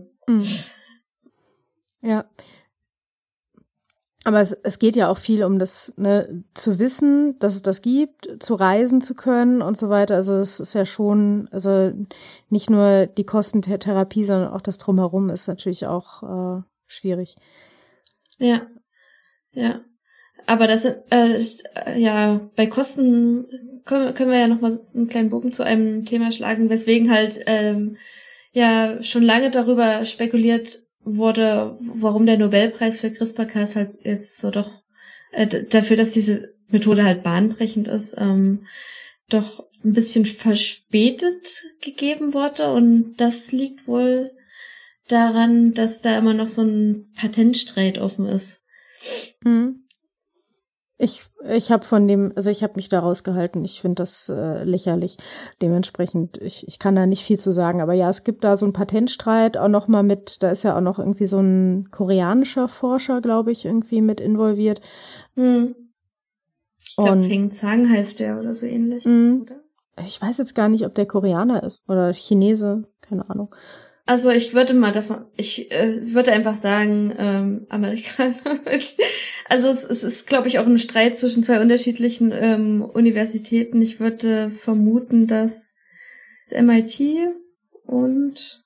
Ja. Aber es, es geht ja auch viel um das, ne, zu wissen, dass es das gibt, zu reisen zu können und so weiter. Also es ist ja schon, also nicht nur die Kosten der Therapie, sondern auch das Drumherum ist natürlich auch äh, schwierig. Ja, ja. Aber das sind, äh, ja, bei Kosten können, können wir ja nochmal einen kleinen Bogen zu einem Thema schlagen, weswegen halt ähm, ja schon lange darüber spekuliert wurde, warum der Nobelpreis für CRISPR-Cas halt jetzt so doch äh, dafür, dass diese Methode halt bahnbrechend ist, ähm, doch ein bisschen verspätet gegeben wurde. Und das liegt wohl daran, dass da immer noch so ein Patentstreit offen ist. Mhm. Ich ich habe von dem, also ich habe mich da rausgehalten. Ich finde das äh, lächerlich. Dementsprechend, ich ich kann da nicht viel zu sagen. Aber ja, es gibt da so einen Patentstreit auch noch mal mit, da ist ja auch noch irgendwie so ein koreanischer Forscher, glaube ich, irgendwie mit involviert. Hm. Ich glaube, Feng Zhang heißt der oder so ähnlich, mh. oder? Ich weiß jetzt gar nicht, ob der Koreaner ist oder Chinese, keine Ahnung. Also ich würde mal davon, ich äh, würde einfach sagen, ähm, Amerikaner. Also es, es ist, glaube ich, auch ein Streit zwischen zwei unterschiedlichen ähm, Universitäten. Ich würde vermuten, dass M I T und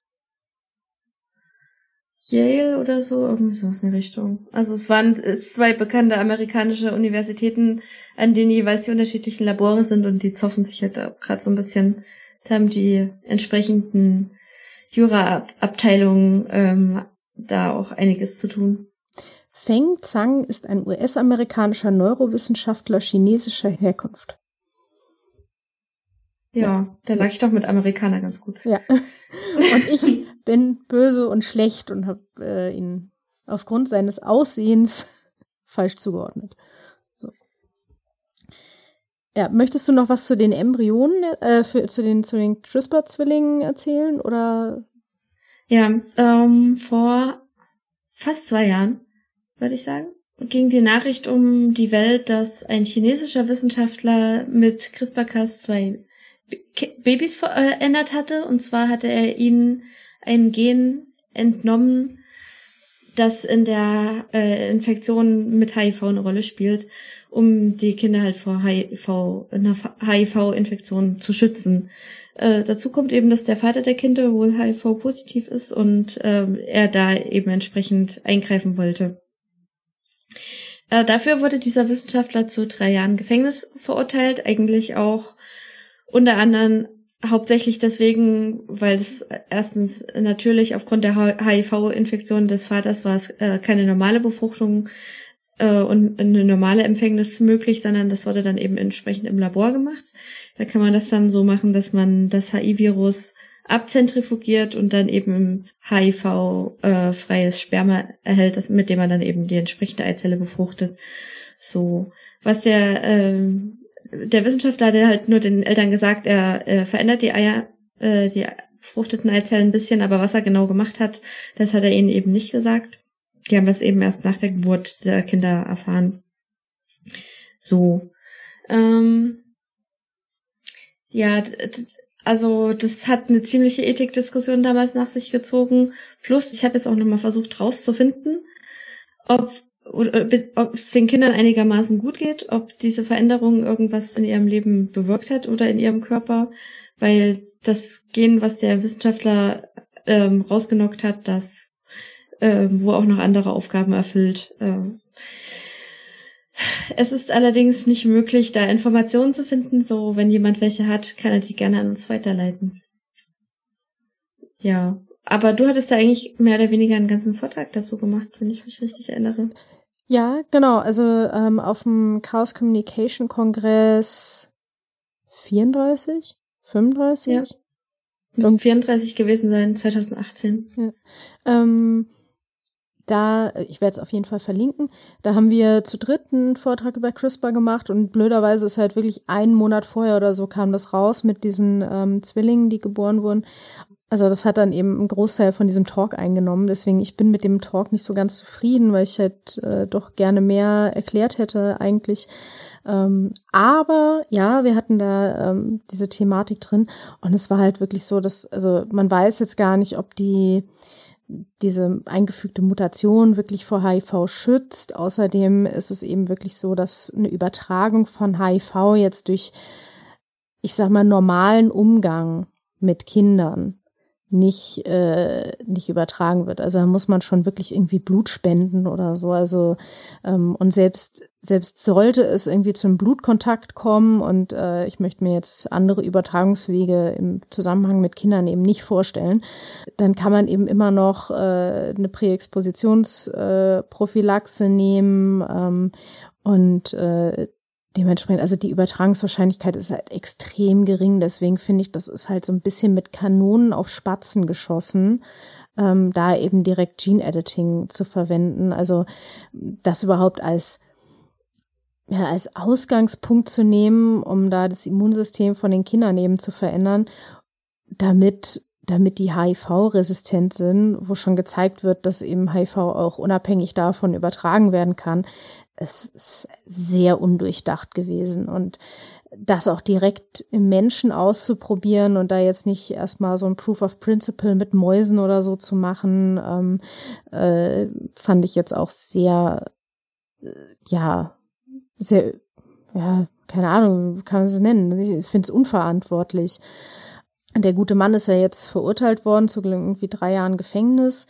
Yale oder so, irgendwie sowas in die Richtung. Also es waren zwei bekannte amerikanische Universitäten, an denen jeweils die unterschiedlichen Labore sind und die zoffen sich halt gerade so ein bisschen. Da haben die entsprechenden Jura-Abteilungen ähm, da auch einiges zu tun. Feng Zhang ist ein U S-amerikanischer Neurowissenschaftler chinesischer Herkunft. Ja, ja. Da lag ich doch mit Amerikaner ganz gut. Ja. Und ich bin böse und schlecht und habe äh, ihn aufgrund seines Aussehens falsch zugeordnet. So. Ja, möchtest du noch was zu den Embryonen, äh, für, zu den zu den CRISPR-Zwillingen erzählen oder? Ja, ähm, vor fast zwei Jahren, würde ich sagen, ging die Nachricht um die Welt, dass ein chinesischer Wissenschaftler mit CRISPR Cas zwei Babys verändert hatte. Und zwar hatte er ihnen ein Gen entnommen, das in der äh, Infektion mit H I V eine Rolle spielt, um die Kinder halt vor H I V, einer H I V-Infektion zu schützen. Äh, dazu kommt eben, dass der Vater der Kinder wohl H I V-positiv ist und äh, er da eben entsprechend eingreifen wollte. Äh, dafür wurde dieser Wissenschaftler zu drei Jahren Gefängnis verurteilt, eigentlich auch unter anderem hauptsächlich deswegen, weil es erstens natürlich aufgrund der H I V-Infektion des Vaters war es äh, keine normale Befruchtung äh, und eine normale Empfängnis möglich, sondern das wurde dann eben entsprechend im Labor gemacht. Da kann man das dann so machen, dass man das H I V-Virus abzentrifugiert und dann eben H I V-freies äh, Sperma erhält, das, mit dem man dann eben die entsprechende Eizelle befruchtet. So, was der äh, Der Wissenschaftler hat halt nur den Eltern gesagt, er äh, verändert die Eier, äh, die befruchteten Eizellen ein bisschen, aber was er genau gemacht hat, das hat er ihnen eben nicht gesagt. Die haben das eben erst nach der Geburt der Kinder erfahren. So. Ähm, ja, also das hat eine ziemliche Ethikdiskussion damals nach sich gezogen. Plus, ich habe jetzt auch nochmal versucht rauszufinden, ob oder ob es den Kindern einigermaßen gut geht, ob diese Veränderung irgendwas in ihrem Leben bewirkt hat oder in ihrem Körper, weil das Gen, was der Wissenschaftler ähm, rausgenockt hat, das ähm, wo auch noch andere Aufgaben erfüllt. Ähm. Es ist allerdings nicht möglich, da Informationen zu finden, so wenn jemand welche hat, kann er die gerne an uns weiterleiten. Ja, aber du hattest da eigentlich mehr oder weniger einen ganzen Vortrag dazu gemacht, wenn ich mich richtig erinnere. Ja, genau. Also ähm, auf dem Chaos Communication Kongress vierunddreißig, fünfunddreißig? Ja. Müssen vierunddreißig gewesen sein, zwanzig achtzehn. Ja. Ähm, da, ich werde es auf jeden Fall verlinken, da haben wir zu dritt einen Vortrag über CRISPR gemacht und blöderweise ist halt wirklich einen Monat vorher oder so kam das raus mit diesen ähm, Zwillingen, die geboren wurden. Also das hat dann eben einen Großteil von diesem Talk eingenommen. Deswegen, ich bin mit dem Talk nicht so ganz zufrieden, weil ich halt äh, doch gerne mehr erklärt hätte eigentlich. Ähm, aber ja, wir hatten da ähm, diese Thematik drin und es war halt wirklich so, dass, also man weiß jetzt gar nicht, ob die diese eingefügte Mutation wirklich vor H I V schützt. Außerdem ist es eben wirklich so, dass eine Übertragung von H I V jetzt durch, ich sag mal, normalen Umgang mit Kindern nicht äh, nicht übertragen wird. Also da muss man schon wirklich irgendwie Blut spenden oder so. Also ähm, und selbst selbst sollte es irgendwie zum Blutkontakt kommen und äh, ich möchte mir jetzt andere Übertragungswege im Zusammenhang mit Kindern eben nicht vorstellen, dann kann man eben immer noch äh, eine Präexpositionsprophylaxe äh, nehmen ähm, und äh, dementsprechend, also die Übertragungswahrscheinlichkeit ist halt extrem gering, deswegen finde ich, das ist halt so ein bisschen mit Kanonen auf Spatzen geschossen, ähm, da eben direkt Gene Editing zu verwenden, also das überhaupt als ja, als Ausgangspunkt zu nehmen, um da das Immunsystem von den Kindern eben zu verändern, damit damit die H I V-resistent sind, wo schon gezeigt wird, dass eben H I V auch unabhängig davon übertragen werden kann. Es ist sehr undurchdacht gewesen und das auch direkt im Menschen auszuprobieren und da jetzt nicht erstmal so ein Proof of Principle mit Mäusen oder so zu machen, ähm, äh, fand ich jetzt auch sehr, äh, ja, sehr, ja, keine Ahnung, wie kann man es nennen? Ich finde es unverantwortlich. Der gute Mann ist ja jetzt verurteilt worden zu irgendwie drei Jahren Gefängnis.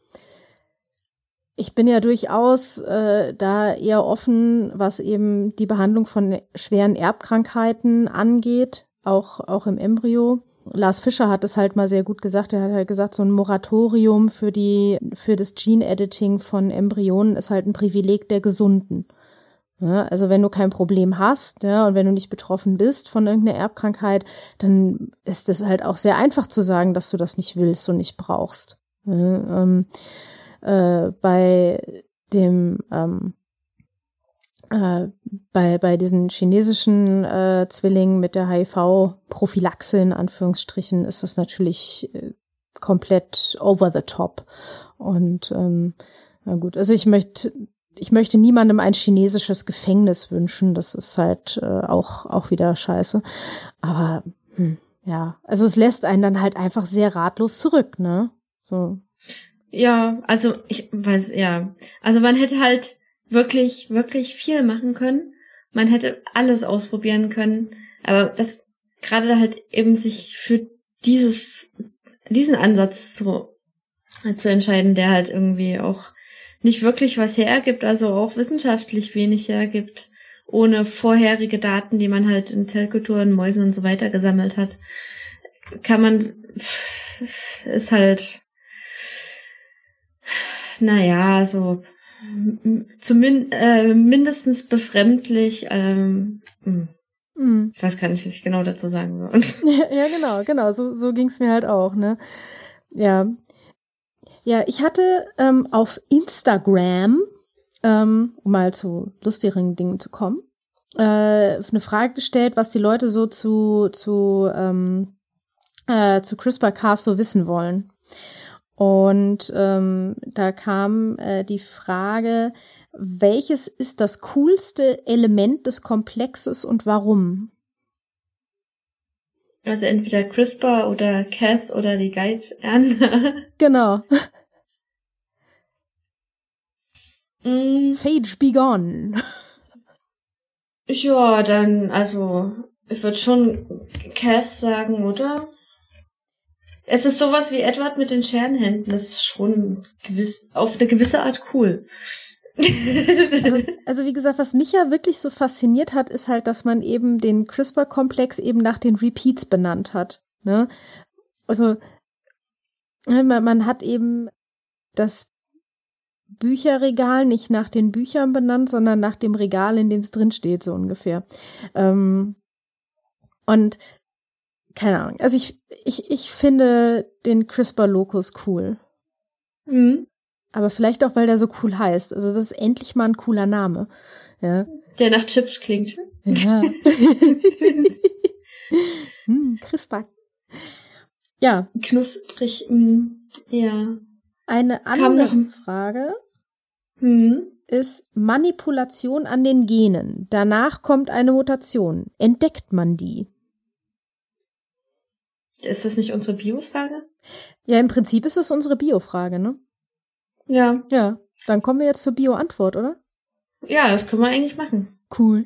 Ich bin ja durchaus äh, da eher offen, was eben die Behandlung von schweren Erbkrankheiten angeht, auch auch im Embryo. Lars Fischer hat es halt mal sehr gut gesagt. Er hat halt gesagt, so ein Moratorium für die für das Gene-Editing von Embryonen ist halt ein Privileg der Gesunden. Ja, also wenn du kein Problem hast, ja, und wenn du nicht betroffen bist von irgendeiner Erbkrankheit, dann ist es halt auch sehr einfach zu sagen, dass du das nicht willst und nicht brauchst. Ja, ähm, äh, bei dem ähm, äh, bei bei diesen chinesischen äh, Zwillingen mit der H I V-Prophylaxe in Anführungsstrichen ist das natürlich äh, komplett over the top. Und ähm, na gut, also ich möchte Ich möchte niemandem ein chinesisches Gefängnis wünschen. Das ist halt äh, auch auch wieder scheiße. Aber hm, ja, also es lässt einen dann halt einfach sehr ratlos zurück, ne? So. Ja, also ich weiß, ja. Also man hätte halt wirklich, wirklich viel machen können. Man hätte alles ausprobieren können. Aber das gerade halt eben sich für dieses, diesen Ansatz zu, zu entscheiden, der halt irgendwie auch nicht wirklich was hergibt, also auch wissenschaftlich wenig hergibt, ohne vorherige Daten, die man halt in Zellkulturen, Mäusen und so weiter gesammelt hat, kann man, ist halt, naja, so zumindest äh, mindestens befremdlich, ähm, mm. ich weiß gar nicht, was ich genau dazu sagen soll. Ja, genau, genau, so, so ging's mir halt auch, ne, ja. Ja, ich hatte ähm, auf Instagram, ähm, um mal zu lustigeren Dingen zu kommen, äh, eine Frage gestellt, was die Leute so zu zu ähm, äh, zu CRISPR-Cas so wissen wollen. Und ähm, da kam äh, die Frage, welches ist das coolste Element des Komplexes und warum? Also entweder CRISPR oder Cas oder die Guide-Erne. Genau. mm. Phage be gone. Ja, dann, also, ich würde schon Cas sagen, oder? Es ist sowas wie Edward mit den Scherenhänden. Das ist schon gewiss, auf eine gewisse Art cool. Also, also wie gesagt, was mich ja wirklich so fasziniert hat, ist halt, dass man eben den CRISPR-Komplex eben nach den Repeats benannt hat. Ne? Also man, man hat eben das Bücherregal nicht nach den Büchern benannt, sondern nach dem Regal, in dem es drin steht, so ungefähr. Ähm, und keine Ahnung. Also ich ich ich finde den CRISPR-Locus cool. Mhm. Aber vielleicht auch, weil der so cool heißt. Also das ist endlich mal ein cooler Name. Ja. Der nach Chips klingt. Ja. hm, CRISPR. Ja. Knusprig, mh, ja. Eine andere Frage hm? ist Manipulation an den Genen. Danach kommt eine Mutation. Entdeckt man die? Ist das nicht unsere Bio-Frage? Ja, im Prinzip ist es unsere Bio-Frage, ne? Ja. Ja, dann kommen wir jetzt zur Bio-Antwort, oder? Ja, das können wir eigentlich machen. Cool.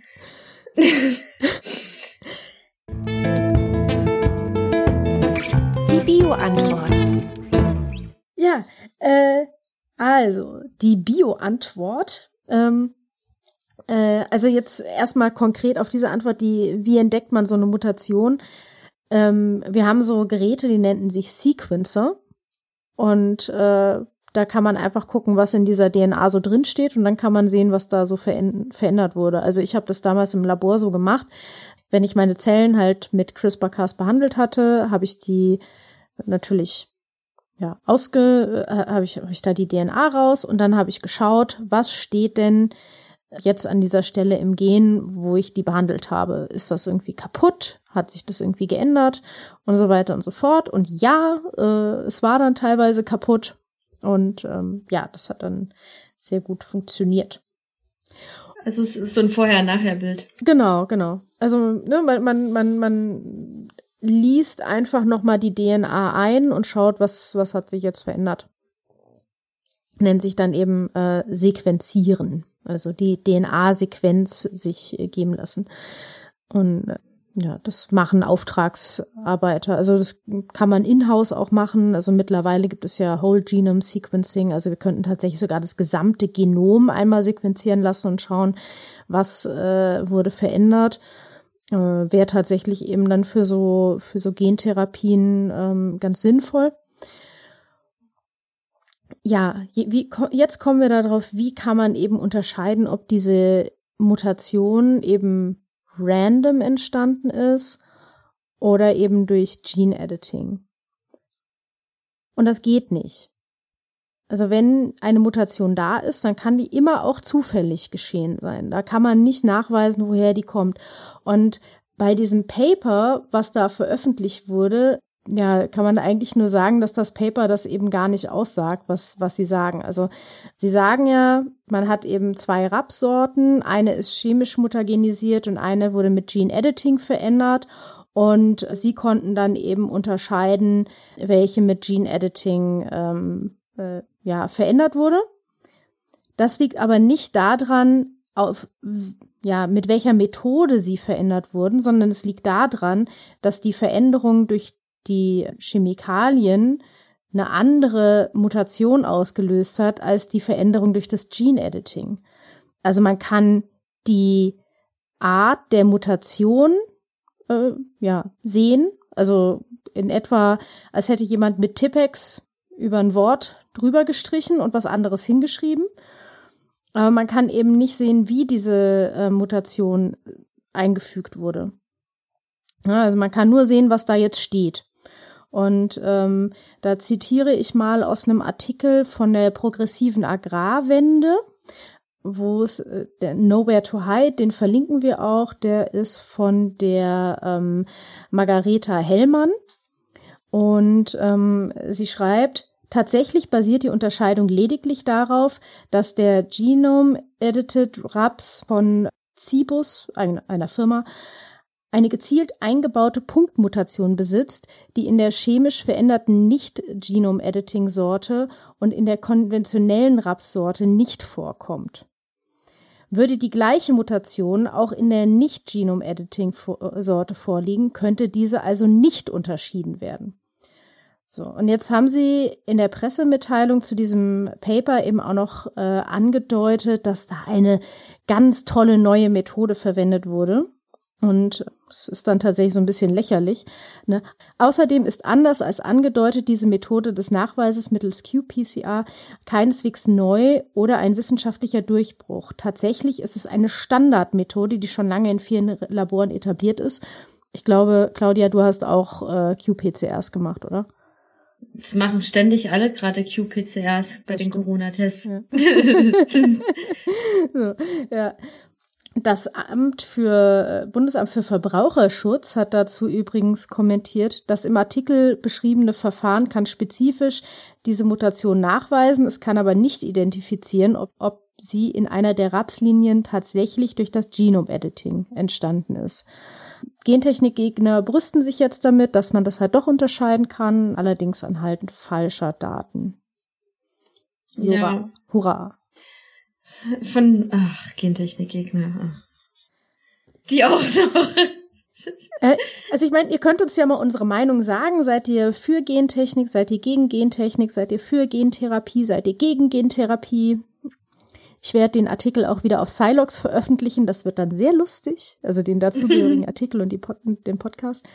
Die Bio-Antwort. Ja, äh, also, die Bio-Antwort, ähm, äh, also jetzt erstmal konkret auf diese Antwort, die, wie entdeckt man so eine Mutation? Ähm, wir haben so Geräte, die nennen sich Sequencer und äh, da kann man einfach gucken, was in dieser D N A so drin steht und dann kann man sehen, was da so veränd- verändert wurde. Also ich habe das damals im Labor so gemacht. Wenn ich meine Zellen halt mit CRISPR-Cas behandelt hatte, habe ich die natürlich ja ausge äh, habe ich, hab ich da die D N A raus und dann habe ich geschaut, was steht denn jetzt an dieser Stelle im Gen, wo ich die behandelt habe, ist das irgendwie kaputt? Hat sich das irgendwie geändert? Und so weiter und so fort. Und ja, äh, es war dann teilweise kaputt. Und ähm, ja, das hat dann sehr gut funktioniert. Also es ist so ein Vorher-Nachher-Bild. Genau, genau. Also ne, man, man, man, man liest einfach nochmal die D N A ein und schaut, was, was hat sich jetzt verändert. Nennt sich dann eben äh, Sequenzieren. Also die D N A-Sequenz sich äh, geben lassen. Und äh, ja, das machen Auftragsarbeiter. Also das kann man in-house auch machen. Also mittlerweile gibt es ja Whole Genome Sequencing. Also wir könnten tatsächlich sogar das gesamte Genom einmal sequenzieren lassen und schauen, was äh, wurde verändert. Äh, wäre tatsächlich eben dann für so für so Gentherapien ähm, ganz sinnvoll. Ja, je, wie, jetzt kommen wir darauf, wie kann man eben unterscheiden, ob diese Mutation eben random entstanden ist oder eben durch Gene Editing. Und das geht nicht. Also wenn eine Mutation da ist, dann kann die immer auch zufällig geschehen sein. Da kann man nicht nachweisen, woher die kommt. Und bei diesem Paper, was da veröffentlicht wurde, ja, kann man eigentlich nur sagen, dass das Paper das eben gar nicht aussagt, was, was sie sagen. Also, sie sagen ja, man hat eben zwei Rapssorten. Eine ist chemisch mutagenisiert und eine wurde mit Gene Editing verändert. Und sie konnten dann eben unterscheiden, welche mit Gene Editing, ähm, äh, ja, verändert wurde. Das liegt aber nicht daran, auf, ja, mit welcher Methode sie verändert wurden, sondern es liegt daran, dass die Veränderung durch die Chemikalien eine andere Mutation ausgelöst hat als die Veränderung durch das Gene Editing. Also man kann die Art der Mutation äh, ja sehen, also in etwa, als hätte jemand mit Tippex über ein Wort drüber gestrichen und was anderes hingeschrieben. Aber man kann eben nicht sehen, wie diese äh, Mutation eingefügt wurde. Ja, also man kann nur sehen, was da jetzt steht. Und ähm, da zitiere ich mal aus einem Artikel von der progressiven Agrarwende, wo es äh, der Nowhere to Hide, den verlinken wir auch, der ist von der ähm, Margareta Hellmann. Und ähm, sie schreibt, tatsächlich basiert die Unterscheidung lediglich darauf, dass der Genome-Edited Raps von Cibus, einer Firma, eine gezielt eingebaute Punktmutation besitzt, die in der chemisch veränderten Nicht-Genome-Editing-Sorte und in der konventionellen Rapssorte nicht vorkommt. Würde die gleiche Mutation auch in der Nicht-Genome-Editing-Sorte vorliegen, könnte diese also nicht unterschieden werden. So, und jetzt haben sie in der Pressemitteilung zu diesem Paper eben auch noch äh, angedeutet, dass da eine ganz tolle neue Methode verwendet wurde. Und es ist dann tatsächlich so ein bisschen lächerlich, ne? Außerdem ist anders als angedeutet diese Methode des Nachweises mittels Q P C R keineswegs neu oder ein wissenschaftlicher Durchbruch. Tatsächlich ist es eine Standardmethode, die schon lange in vielen Laboren etabliert ist. Ich glaube, Claudia, du hast auch äh, Q P C Rs gemacht, oder? Das machen ständig alle gerade Q P C Rs bei den Corona-Tests. Ja. So, ja. Das Amt für Bundesamt für Verbraucherschutz hat dazu übrigens kommentiert, das im Artikel beschriebene Verfahren kann spezifisch diese Mutation nachweisen, es kann aber nicht identifizieren, ob, ob sie in einer der Rapslinien tatsächlich durch das Genome-Editing entstanden ist. Gentechnikgegner brüsten sich jetzt damit, dass man das halt doch unterscheiden kann, allerdings anhand falscher Daten. Hurra. Ja. Hurra. Von, ach, Gentechnikgegner. Die auch noch. Äh, also ich meine, ihr könnt uns ja mal unsere Meinung sagen. Seid ihr für Gentechnik? Seid ihr gegen Gentechnik? Seid ihr für Gentherapie? Seid ihr gegen Gentherapie? Ich werde den Artikel auch wieder auf Scilox veröffentlichen. Das wird dann sehr lustig. Also den dazugehörigen Artikel und die Pod- den Podcast.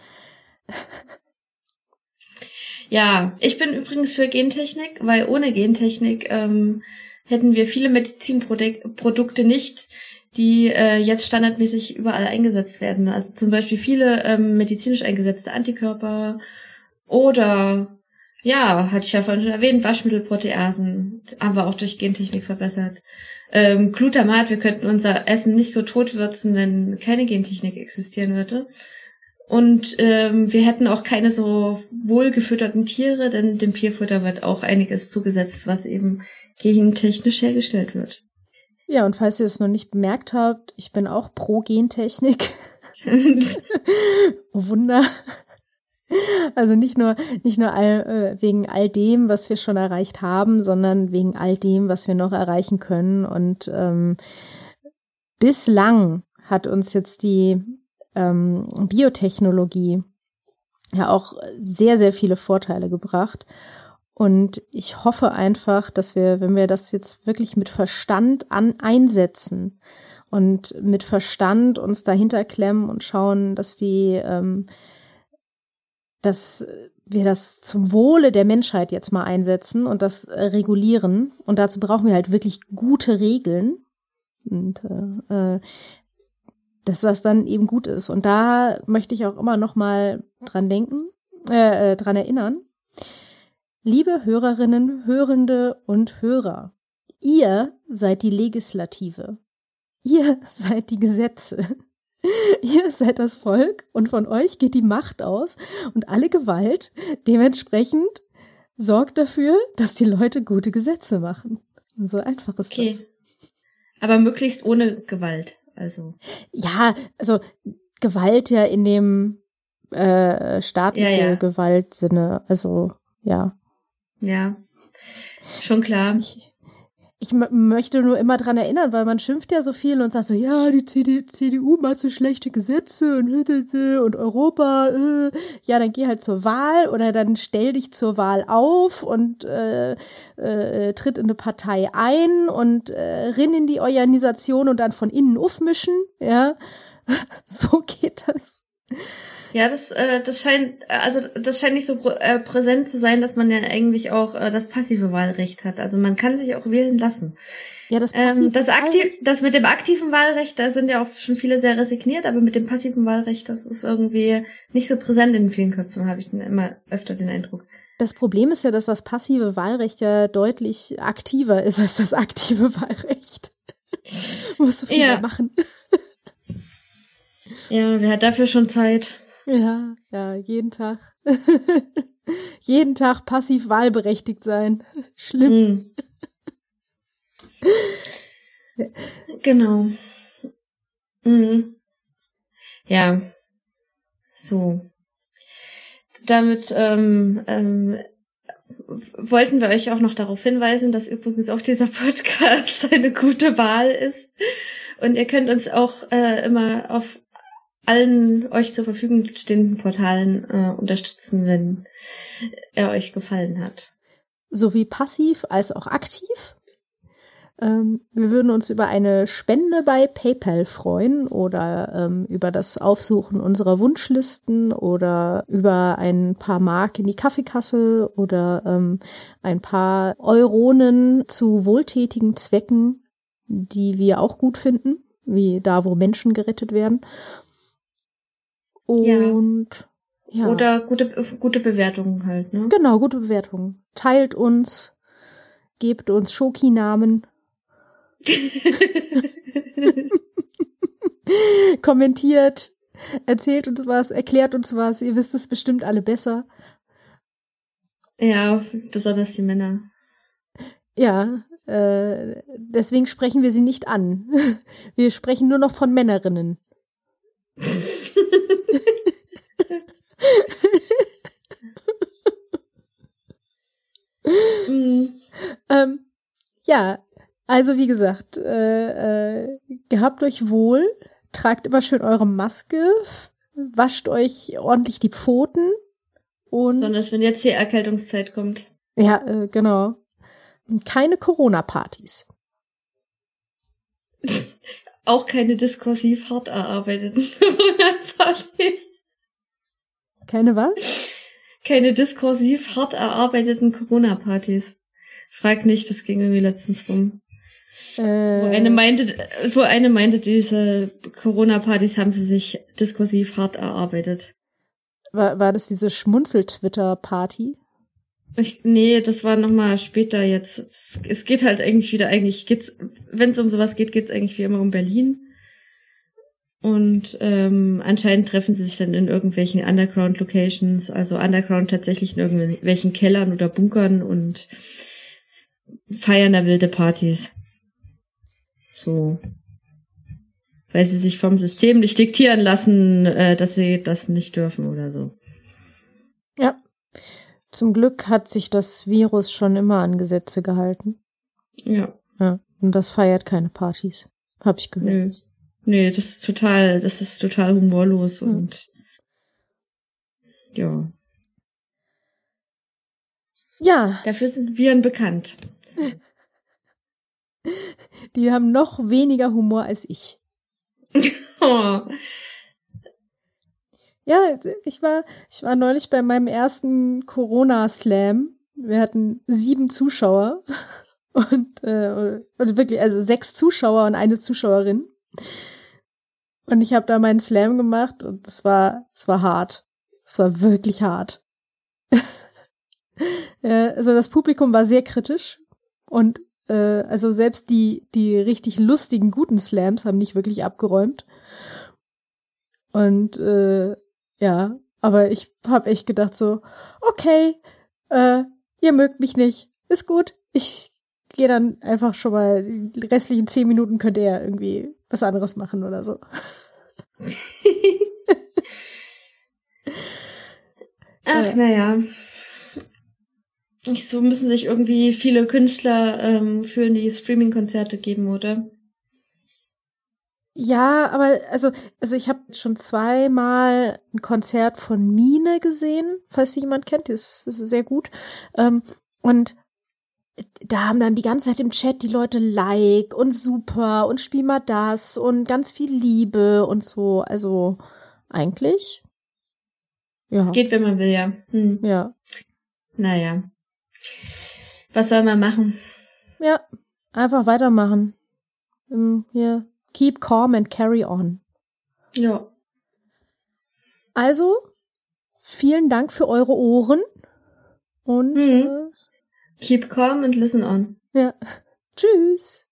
Ja, ich bin übrigens für Gentechnik, weil ohne Gentechnik ähm, hätten wir viele Medizinprodukte nicht, die äh, jetzt standardmäßig überall eingesetzt werden. Also zum Beispiel viele ähm, medizinisch eingesetzte Antikörper oder Ja, hatte ich ja vorhin schon erwähnt, Waschmittelproteasen haben wir auch durch Gentechnik verbessert. Ähm, Glutamat, wir könnten unser Essen nicht so totwürzen, wenn keine Gentechnik existieren würde. Und ähm, wir hätten auch keine so wohlgefütterten Tiere, denn dem Tierfutter wird auch einiges zugesetzt, was eben gentechnisch hergestellt wird. Ja, und falls ihr es noch nicht bemerkt habt, ich bin auch pro Gentechnik. Oh Wunder. Also nicht nur nicht nur all, äh, wegen all dem, was wir schon erreicht haben, sondern wegen all dem, was wir noch erreichen können. Und ähm, bislang hat uns jetzt die ähm, Biotechnologie ja auch sehr, sehr viele Vorteile gebracht. Und ich hoffe einfach, dass wir, wenn wir das jetzt wirklich mit Verstand an einsetzen und mit Verstand uns dahinter klemmen und schauen, dass die ähm, dass wir das zum Wohle der Menschheit jetzt mal einsetzen und das äh, regulieren. Und dazu brauchen wir halt wirklich gute Regeln. Und äh, dass das dann eben gut ist. Und da möchte ich auch immer noch mal dran denken, äh, dran erinnern. Liebe Hörerinnen, Hörende und Hörer, ihr seid die Legislative. Ihr seid die Gesetze. Ihr seid das Volk und von euch geht die Macht aus und alle Gewalt. Dementsprechend sorgt dafür, dass die Leute gute Gesetze machen. So einfach ist okay. das. Aber möglichst ohne Gewalt, also. Ja, also Gewalt ja in dem äh, staatliche ja, ja. Gewaltsinne, also ja. Ja, schon klar. Ich, Ich m- möchte nur immer dran erinnern, weil man schimpft ja so viel und sagt so, ja, die C D- C D U macht so schlechte Gesetze und, und Europa, äh. ja, dann geh halt zur Wahl oder dann stell dich zur Wahl auf und äh, äh, tritt in eine Partei ein und äh, rinn in die Organisation und dann von innen aufmischen, ja, so geht das. Ja, das äh, das scheint also das scheint nicht so pr- äh, präsent zu sein, dass man ja eigentlich auch äh, das passive Wahlrecht hat. Also man kann sich auch wählen lassen. Ja, das passive ähm, das aktiv das mit dem aktiven Wahlrecht, da sind ja auch schon viele sehr resigniert, aber mit dem passiven Wahlrecht, das ist irgendwie nicht so präsent in vielen Köpfen, habe ich immer öfter den Eindruck. Das Problem ist ja, dass das passive Wahlrecht ja deutlich aktiver ist als das aktive Wahlrecht. Muss so viel ja. machen. Ja, wer hat dafür schon Zeit? Ja, ja, jeden Tag. jeden Tag passiv wahlberechtigt sein. Schlimm. Mm. Genau. Mm. Ja. So. Damit ähm, ähm, wollten wir euch auch noch darauf hinweisen, dass übrigens auch dieser Podcast eine gute Wahl ist. Und ihr könnt uns auch äh, immer auf allen euch zur Verfügung stehenden Portalen äh, unterstützen, wenn er euch gefallen hat. Sowie passiv als auch aktiv. Ähm, wir würden uns über eine Spende bei PayPal freuen oder ähm, über das Aufsuchen unserer Wunschlisten oder über ein paar Mark in die Kaffeekasse oder ähm, ein paar Euronen zu wohltätigen Zwecken, die wir auch gut finden, wie da, wo Menschen gerettet werden. Und ja. ja. Oder gute gute Bewertungen halt, ne? Genau, gute Bewertungen. Teilt uns, gebt uns Schoki-Namen. Kommentiert, erzählt uns was, erklärt uns was, ihr wisst es bestimmt alle besser. Ja, besonders die Männer. Ja, äh, deswegen sprechen wir sie nicht an. Wir sprechen nur noch von Männerinnen. mm. ähm, ja, also wie gesagt, äh, äh, gehabt euch wohl, tragt immer schön eure Maske, wascht euch ordentlich die Pfoten und besonders wenn jetzt die Erkältungszeit kommt. Ja, äh, genau. Keine Corona-Partys. Auch keine diskursiv hart erarbeiteten Corona-Partys. Keine was? Keine diskursiv hart erarbeiteten Corona-Partys. Frag nicht, das ging irgendwie letztens rum. Äh, wo eine meinte, wo eine meinte, diese Corona-Partys haben sie sich diskursiv hart erarbeitet. War, war das diese Schmunzel-Twitter-Party? Ich, nee, das war nochmal später jetzt. Es, es geht halt eigentlich wieder, eigentlich geht's, wenn es um sowas geht, geht's eigentlich wie immer um Berlin. Und ähm, anscheinend treffen sie sich dann in irgendwelchen Underground-Locations, also Underground tatsächlich in irgendwelchen Kellern oder Bunkern und feiern da wilde Partys. So. Weil sie sich vom System nicht diktieren lassen, äh, dass sie das nicht dürfen oder so. Ja. Zum Glück hat sich das Virus schon immer an Gesetze gehalten. Ja. Ja. Und das feiert keine Partys. Hab ich gehört. Nö. Nee, das ist total, das ist total humorlos hm. und ja. Ja. Dafür sind Viren bekannt. So. Die haben noch weniger Humor als ich. Oh. Ja, ich war, ich war neulich bei meinem ersten Corona-Slam. Wir hatten sieben Zuschauer und, äh, und wirklich, also sechs Zuschauer und eine Zuschauerin. Und ich habe da meinen Slam gemacht und es war, es war hart. Es war wirklich hart. Also das Publikum war sehr kritisch und äh, also selbst die, die richtig lustigen, guten Slams haben nicht wirklich abgeräumt. Und äh, ja, aber ich habe echt gedacht so, okay, äh, ihr mögt mich nicht, ist gut. Ich gehe dann einfach schon mal, die restlichen zehn Minuten könnt ihr ja irgendwie was anderes machen oder so. Ach, naja. So müssen sich irgendwie viele Künstler ähm, fühlen, die Streaming-Konzerte geben, oder? Ja, aber also also ich habe schon zweimal ein Konzert von Mine gesehen, falls die jemand kennt, das ist sehr gut. Ähm, und da haben dann die ganze Zeit im Chat die Leute Like und super und spiel mal das und ganz viel Liebe und so. Also eigentlich, ja. Es geht, wenn man will, ja. Hm. Ja. Naja. Was soll man machen? Ja, einfach weitermachen. Hier, keep calm and carry on. Ja. Also, vielen Dank für eure Ohren und hm. äh, keep calm and listen on. Ja. Tschüss.